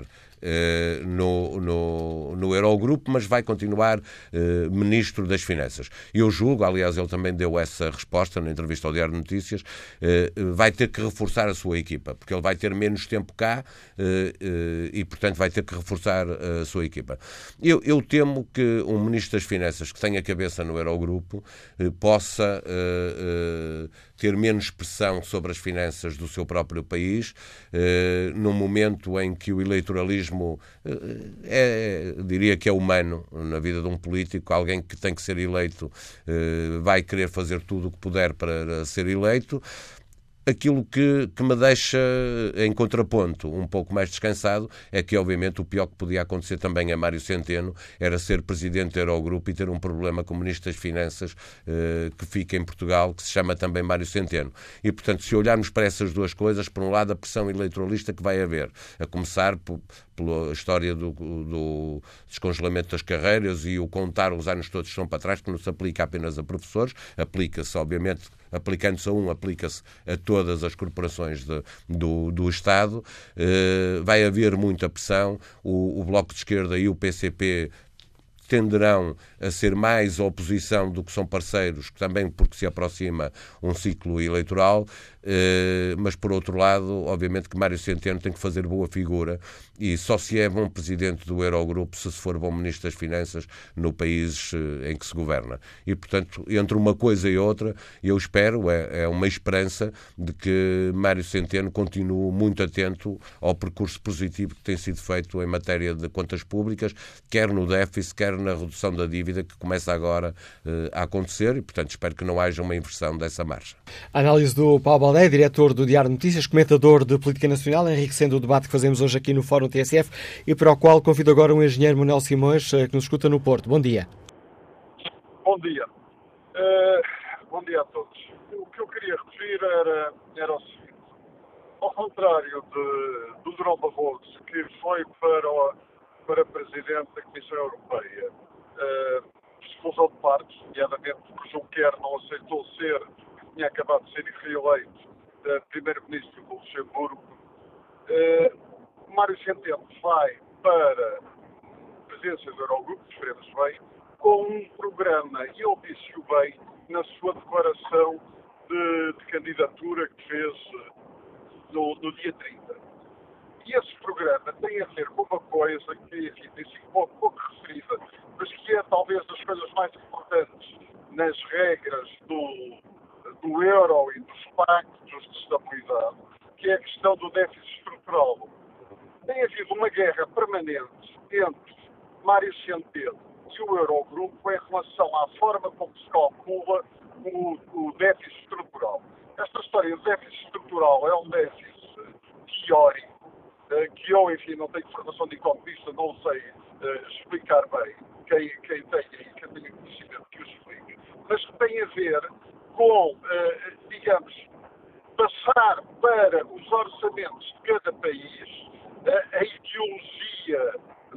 no Eurogrupo, mas vai continuar Ministro das Finanças. Eu julgo, aliás, ele também deu essa resposta na entrevista ao Diário de Notícias, vai ter que reforçar a sua equipa, porque ele vai ter menos tempo cá e, portanto, vai ter que reforçar a sua equipa. Eu temo que um Ministro das Finanças que tenha cabeça no Eurogrupo possa ter menos pressão sobre as finanças do seu próprio país, num momento em que o eleitoralismo diria que é humano na vida de um político. Alguém que tem que ser eleito vai querer fazer tudo o que puder para ser eleito. Aquilo que me deixa em contraponto um pouco mais descansado é que, obviamente, o pior que podia acontecer também a Mário Centeno era ser Presidente do Eurogrupo e ter um problema com o Ministro das Finanças que fica em Portugal, que se chama também Mário Centeno. E, portanto, se olharmos para essas duas coisas, por um lado a pressão eleitoralista que vai haver, a começar pela história do descongelamento das carreiras e o contar os anos todos que estão para trás, que não se aplica apenas a professores, aplica-se, obviamente, aplicando-se a aplica-se a todas as corporações do Estado. Vai haver muita pressão. O Bloco de Esquerda e o PCP tenderão a ser mais oposição do que são parceiros, também porque se aproxima um ciclo eleitoral, mas por outro lado, obviamente que Mário Centeno tem que fazer boa figura e só se é bom Presidente do Eurogrupo se for bom Ministro das Finanças no país em que se governa. E, portanto, entre uma coisa e outra, eu espero, é uma esperança de que Mário Centeno continue muito atento ao percurso positivo que tem sido feito em matéria de contas públicas, quer no déficit, quer na redução da dívida que começa agora a acontecer e, portanto, espero que não haja uma inversão dessa marcha. A análise do Paulo Baldeia, diretor do Diário de Notícias, comentador de política nacional, enriquecendo o debate que fazemos hoje aqui no Fórum TSF e para o qual convido agora o engenheiro Manuel Simões, que nos escuta no Porto. Bom dia. Bom dia. Bom dia a todos. O que eu queria referir era o seguinte. Ao contrário do Durão Barroso, que foi para Presidente da Comissão Europeia, exclusão de partes, nomeadamente porque Juncker não aceitou ser, tinha acabado de ser reeleito Primeiro-Ministro do Luxemburgo, Mário Centeno vai para a presidência do Eurogrupo, esperemos bem, com um programa, e ele disse-o bem, na sua declaração de candidatura que fez no dia 30. E esse programa tem a ver com uma coisa que, enfim, tem sido pouco referida, mas que é talvez das coisas mais importantes nas regras do euro e dos pactos de estabilidade, que é a questão do déficit estrutural. Tem havido uma guerra permanente entre Mário Centeno e o Eurogrupo em relação à forma como se calcula o déficit estrutural. Esta história do déficit estrutural é um déficit teórico, que eu, enfim, não tenho formação de economista, não sei explicar bem, quem tenha conhecimento que o explique, mas que tem a ver com, digamos, passar para os orçamentos de cada país a ideologia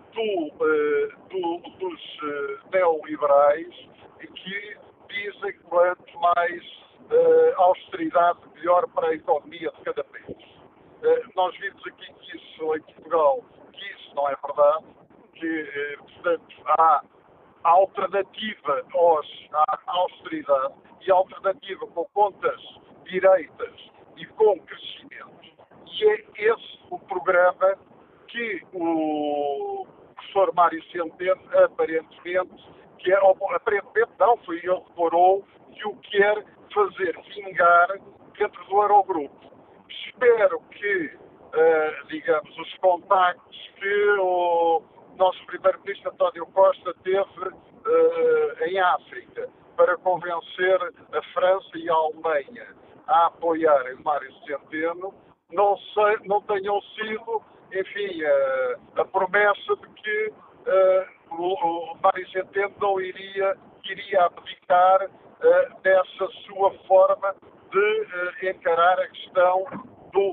dos neoliberais, que dizem que quanto mais austeridade, melhor para a economia de cada país. Nós vimos aqui que isso em Portugal, que isso não é verdade, que, portanto, há alternativa à austeridade e alternativa com contas direitas e com crescimento. E é esse o programa que o professor Mário Centeno aparentemente não, foi ele que declarou que o quer fazer vingar dentro do Eurogrupo. Espero que, digamos, os contactos que o nosso primeiro-ministro António Costa teve em África para convencer a França e a Alemanha a apoiarem Mário Centeno não tenham sido, enfim, a promessa de que o Mário Centeno não iria abdicar dessa sua forma de encarar a questão do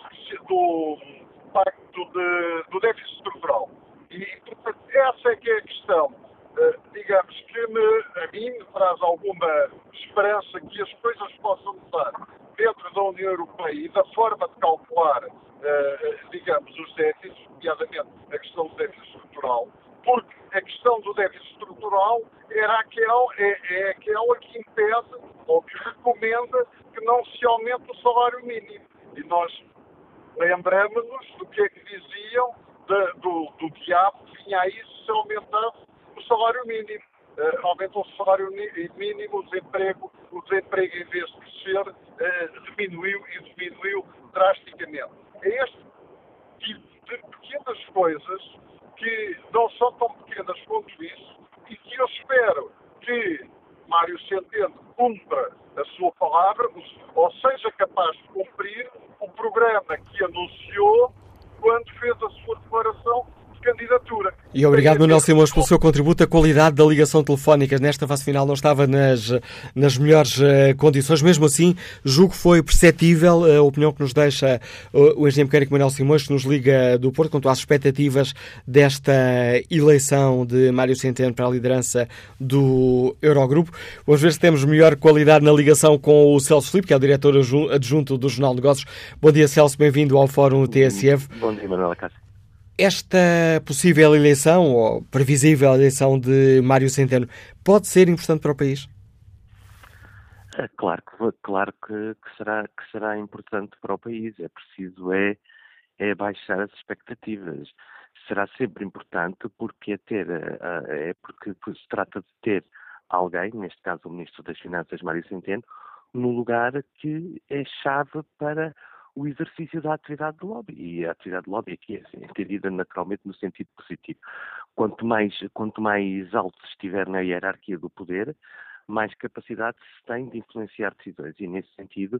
do déficit estrutural. E, portanto, essa é que é a questão, digamos, que a mim me traz alguma esperança que as coisas possam mudar dentro da União Europeia e da forma de calcular, digamos, os déficits, nomeadamente a questão do déficit estrutural, porque a questão do déficit estrutural é aquela que impede ou que recomenda que não se aumente o salário mínimo. E nós lembramos-nos do que é que diziam do diabo que vinha aí se aumentasse o salário mínimo. Aumentou o salário mínimo, o desemprego em vez de crescer diminuiu drasticamente. É este tipo de pequenas coisas que não são tão pequenas quanto isso e que eu espero que Mário Centeno cumpra a sua palavra, ou seja capaz de cumprir o programa que anunciou quando fez a sua declaração de candidatura. E obrigado, Manuel Simões, pelo seu contributo. A qualidade da ligação telefónica nesta fase final não estava nas melhores condições. Mesmo assim, julgo que foi perceptível a opinião que nos deixa o engenheiro mecânico Manuel Simões, que nos liga do Porto, quanto às expectativas desta eleição de Mário Centeno para a liderança do Eurogrupo. Vamos ver se temos melhor qualidade na ligação com o Celso Filipe, que é o diretor adjunto do Jornal de Negócios. Bom dia, Celso, bem-vindo ao Fórum TSF. Bom dia, Manuel Cássio. Esta possível eleição, ou previsível eleição de Mário Centeno, pode ser importante para o país? Claro que será importante para o país. É preciso baixar as expectativas. Será sempre importante porque se trata de ter alguém, neste caso o Ministro das Finanças, Mário Centeno, no lugar que é chave para o exercício da atividade de lobby. E a atividade de lobby aqui é entendida naturalmente no sentido positivo. Quanto mais alto se estiver na hierarquia do poder, mais capacidade se tem de influenciar decisões. E nesse sentido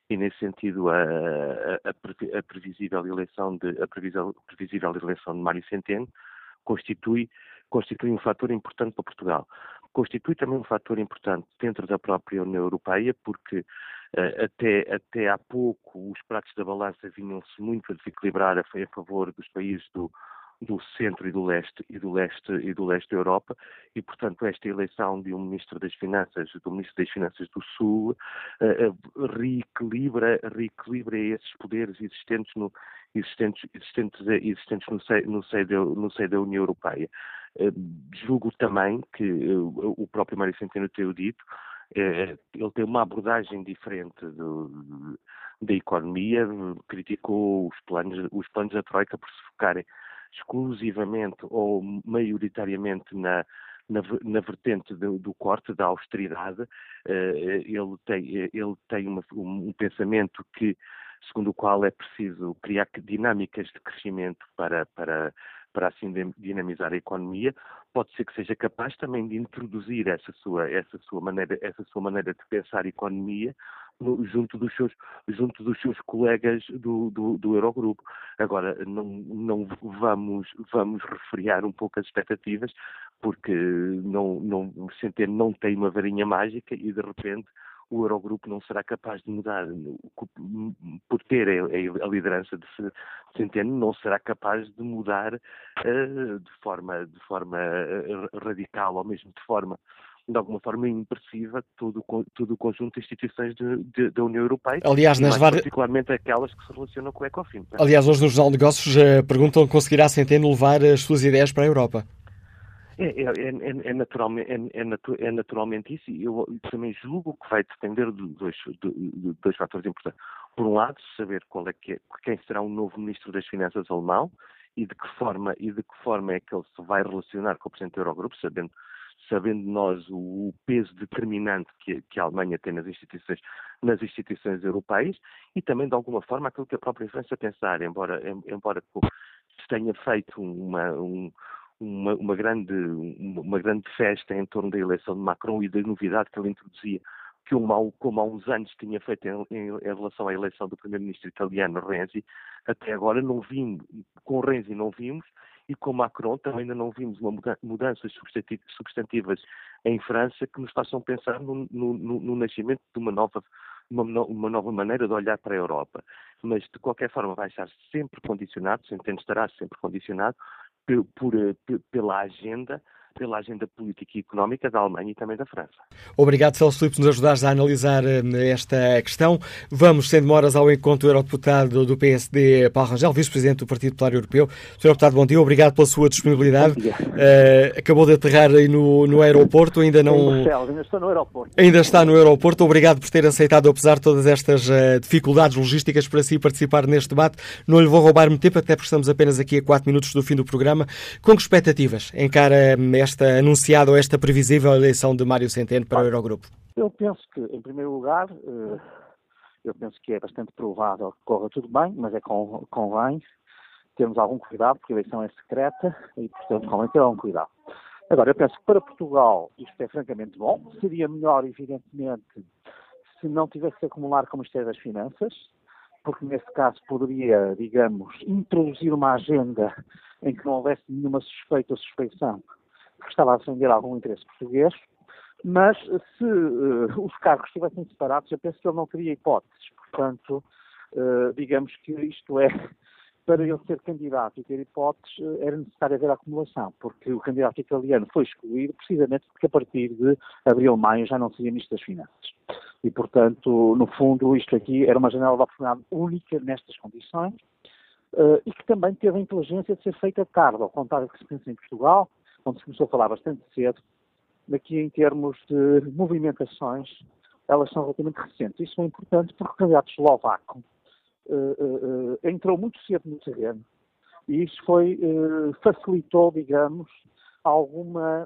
a previsível eleição de Mário Centeno constitui um fator importante para Portugal. Constitui também um fator importante dentro da própria União Europeia, porque até há pouco os pratos da balança vinham-se muito a desequilibrar a favor dos países do centro e do leste da Europa, e portanto esta eleição de um Ministro das Finanças do Sul reequilibra esses poderes existentes no seio da União Europeia. Julgo também que o próprio Mário Centeno tem dito, ele tem uma abordagem diferente da economia, criticou os planos da Troika por se focarem exclusivamente ou maioritariamente na vertente do corte, da austeridade. Ele tem um pensamento segundo o qual é preciso criar dinâmicas de crescimento para para assim dinamizar a economia, pode ser que seja capaz também de introduzir essa sua maneira de pensar a economia junto dos seus colegas do Eurogrupo. Agora, não vamos refriar um pouco as expectativas, porque Centeno não tem uma varinha mágica e, de repente, o Eurogrupo não será capaz de mudar, por ter a liderança de Centeno, não será capaz de mudar de forma radical, ou mesmo de alguma forma impressiva, todo o conjunto de instituições da União Europeia, Aliás, particularmente aquelas que se relacionam com o Ecofin. Aliás, hoje no Jornal de Negócios perguntam se conseguirá Centeno levar as suas ideias para a Europa. É naturalmente isso, e eu também julgo que vai depender de dois fatores importantes. Por um lado, saber quem será o novo Ministro das Finanças alemão e de que forma é que ele se vai relacionar com o Presidente do Eurogrupo, sabendo nós o peso determinante que a Alemanha tem nas instituições europeias, e também, de alguma forma, aquilo que a própria França pensar, embora se tenha feito uma grande festa em torno da eleição de Macron e da novidade que ele introduzia, como há uns anos tinha feito em relação à eleição do primeiro-ministro italiano Renzi. Até agora com Renzi não vimos, e com Macron também ainda não vimos mudanças substantivas em França que nos façam pensar no nascimento de uma nova maneira de olhar para a Europa. Mas, de qualquer forma, vai estar sempre condicionado, Centeno estará sempre condicionado pela agenda política e económica da Alemanha e também da França. Obrigado, Celso Filipe, por nos ajudares a analisar esta questão. Vamos, sem demoras, ao encontro do eurodeputado do PSD, Paulo Rangel, vice-presidente do Partido Popular Europeu. Sr. Deputado, bom dia, obrigado pela sua disponibilidade. Acabou de aterrar aí no aeroporto, ainda estou no aeroporto. Ainda está no aeroporto. Obrigado por ter aceitado, apesar de todas estas dificuldades logísticas, para si participar neste debate. Não lhe vou roubar muito tempo, até porque estamos apenas aqui a 4 minutos do fim do programa. Com que expectativas encara esta anunciada ou esta previsível eleição de Mário Centeno para o Eurogrupo? Eu penso que, em primeiro lugar, é bastante provável que corra tudo bem, mas convém termos algum cuidado, porque a eleição é secreta e, portanto, convém ter algum cuidado. Agora, eu penso que para Portugal isto é francamente bom. Seria melhor, evidentemente, se não tivesse que acumular com o Ministério das Finanças, porque nesse caso poderia, digamos, introduzir uma agenda em que não houvesse nenhuma suspeita ou suspeição que estava a defender algum interesse português, mas se os cargos estivessem separados, eu penso que ele não teria hipóteses. Portanto, digamos que isto é, para ele ser candidato e ter hipóteses, era necessário haver acumulação, porque o candidato italiano foi excluído precisamente porque a partir de abril, maio já não seria Ministro das Finanças. E, portanto, no fundo, isto aqui era uma janela de oportunidade única nestas condições, e que também teve a inteligência de ser feita tarde, ao contrário do que se pensa em Portugal, onde se começou a falar bastante cedo. Aqui, em termos de movimentações, elas são relativamente recentes. Isso é importante porque o candidato eslovaco entrou muito cedo no terreno e isso facilitou, digamos, alguma,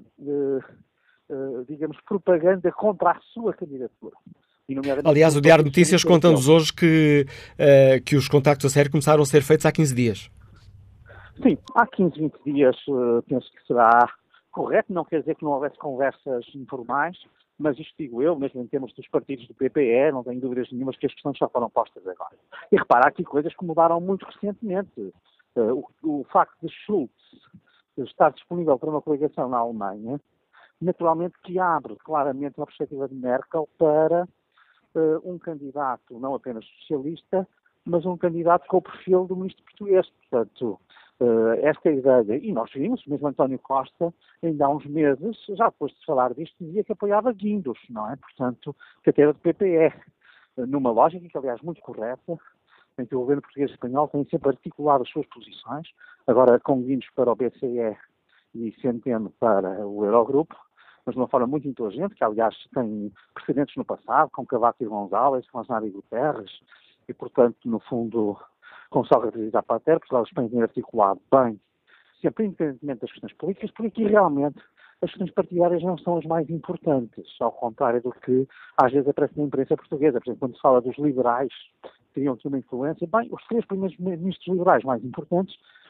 propaganda contra a sua candidatura. Aliás, o Diário de Notícias conta-nos hoje que os contactos a sério começaram a ser feitos há 15 dias. Sim, há 15, 20 dias penso que será correto. Não quer dizer que não houvesse conversas informais, mas isto digo eu, mesmo em termos dos partidos do PPE, não tenho dúvidas nenhumas que as questões só foram postas agora. E repara, há aqui coisas que mudaram muito recentemente. O facto de Schulz estar disponível para uma coligação na Alemanha, naturalmente que abre claramente uma perspectiva de Merkel para um candidato não apenas socialista, mas um candidato com o perfil do ministro português. Portanto, esta ideia, e nós vimos, mesmo António Costa, ainda há uns meses, já depois de falar disto, dizia que apoiava Guindos, não é? Portanto, que até era do PPE, numa lógica que, aliás, muito correta, em que o governo português e espanhol tem sempre articulado as suas posições, agora com Guindos para o BCE e Centeno para o Eurogrupo, mas de uma forma muito inteligente, que, aliás, tem precedentes no passado, com Cavaco e González, com Aznar e Guterres, e, portanto, no fundo, com Sócrates e Zapatero, porque elas têm articulado bem, sempre independentemente das questões políticas, porque aqui realmente as questões partidárias não são as mais importantes, ao contrário do que às vezes aparece na imprensa portuguesa. Por exemplo, quando se fala dos liberais que teriam tido uma influência, bem, os 3 primeiros ministros liberais mais importantes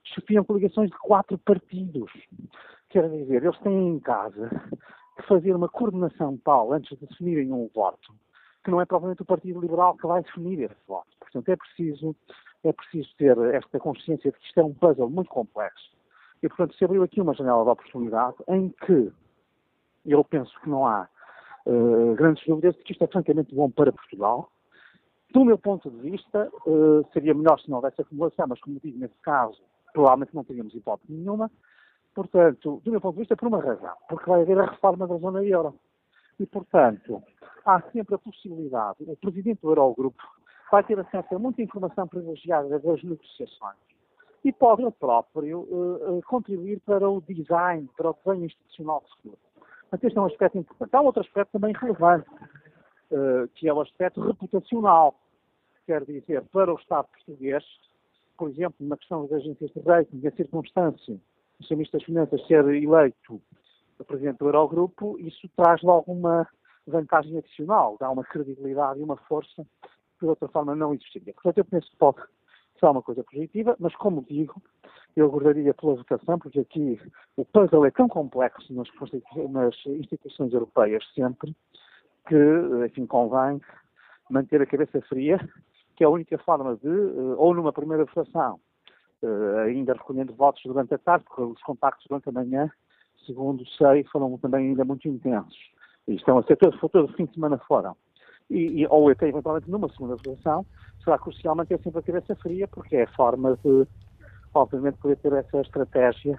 chefiam coligações de 4 partidos. Quer dizer, eles têm em casa que fazer uma coordenação tal antes de definirem um voto, que não é provavelmente o Partido Liberal que vai definir esse voto. Portanto, é preciso ter esta consciência de que isto é um puzzle muito complexo. E, portanto, se abriu aqui uma janela de oportunidade em que eu penso que não há grandes dúvidas de que isto é francamente bom para Portugal. Do meu ponto de vista, seria melhor se não houvesse acumulação, mas como digo, nesse caso, provavelmente não teríamos hipótese nenhuma. Portanto, do meu ponto de vista, por uma razão, porque vai haver a reforma da zona euro. E, portanto, há sempre a possibilidade, o Presidente do Eurogrupo vai ter acesso a muita informação privilegiada das negociações e pode ele próprio contribuir para o design institucional futuro. Portanto, este é um aspecto importante. Há outro aspecto também relevante, que é o aspecto reputacional. Quer dizer, para o Estado português, por exemplo, na questão das agências de rating, a circunstância do Sr. Ministro das Finanças ser eleito Presidente do Eurogrupo, isso traz logo uma vantagem adicional, dá uma credibilidade e uma força que de outra forma não existiria. Portanto, eu penso que pode ser uma coisa positiva, mas como digo, eu aguardaria pela votação, porque aqui o puzzle é tão complexo nas instituições europeias sempre, que, enfim, convém manter a cabeça fria, que é a única forma de, ou numa primeira votação, ainda recolhendo votos durante a tarde, porque os contactos durante a manhã, segundo sei, foram também ainda muito intensos. E estão a ser todo o fim de semana fora. Ou até eventualmente numa segunda votação, será crucial manter sempre a cabeça fria, porque é a forma de, obviamente, poder ter essa estratégia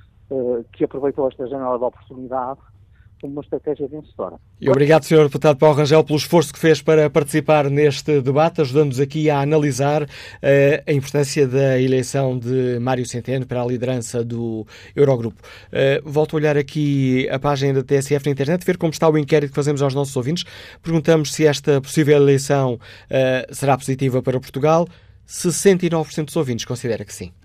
que aproveitou esta janela de oportunidade como uma estratégia vencedora. E obrigado, Sr. Deputado Paulo Rangel, pelo esforço que fez para participar neste debate, ajudando-nos aqui a analisar a importância da eleição de Mário Centeno para a liderança do Eurogrupo. Volto a olhar aqui a página da TSF na internet, ver como está o inquérito que fazemos aos nossos ouvintes. Perguntamos se esta possível eleição será positiva para Portugal. 69% dos ouvintes considera que sim.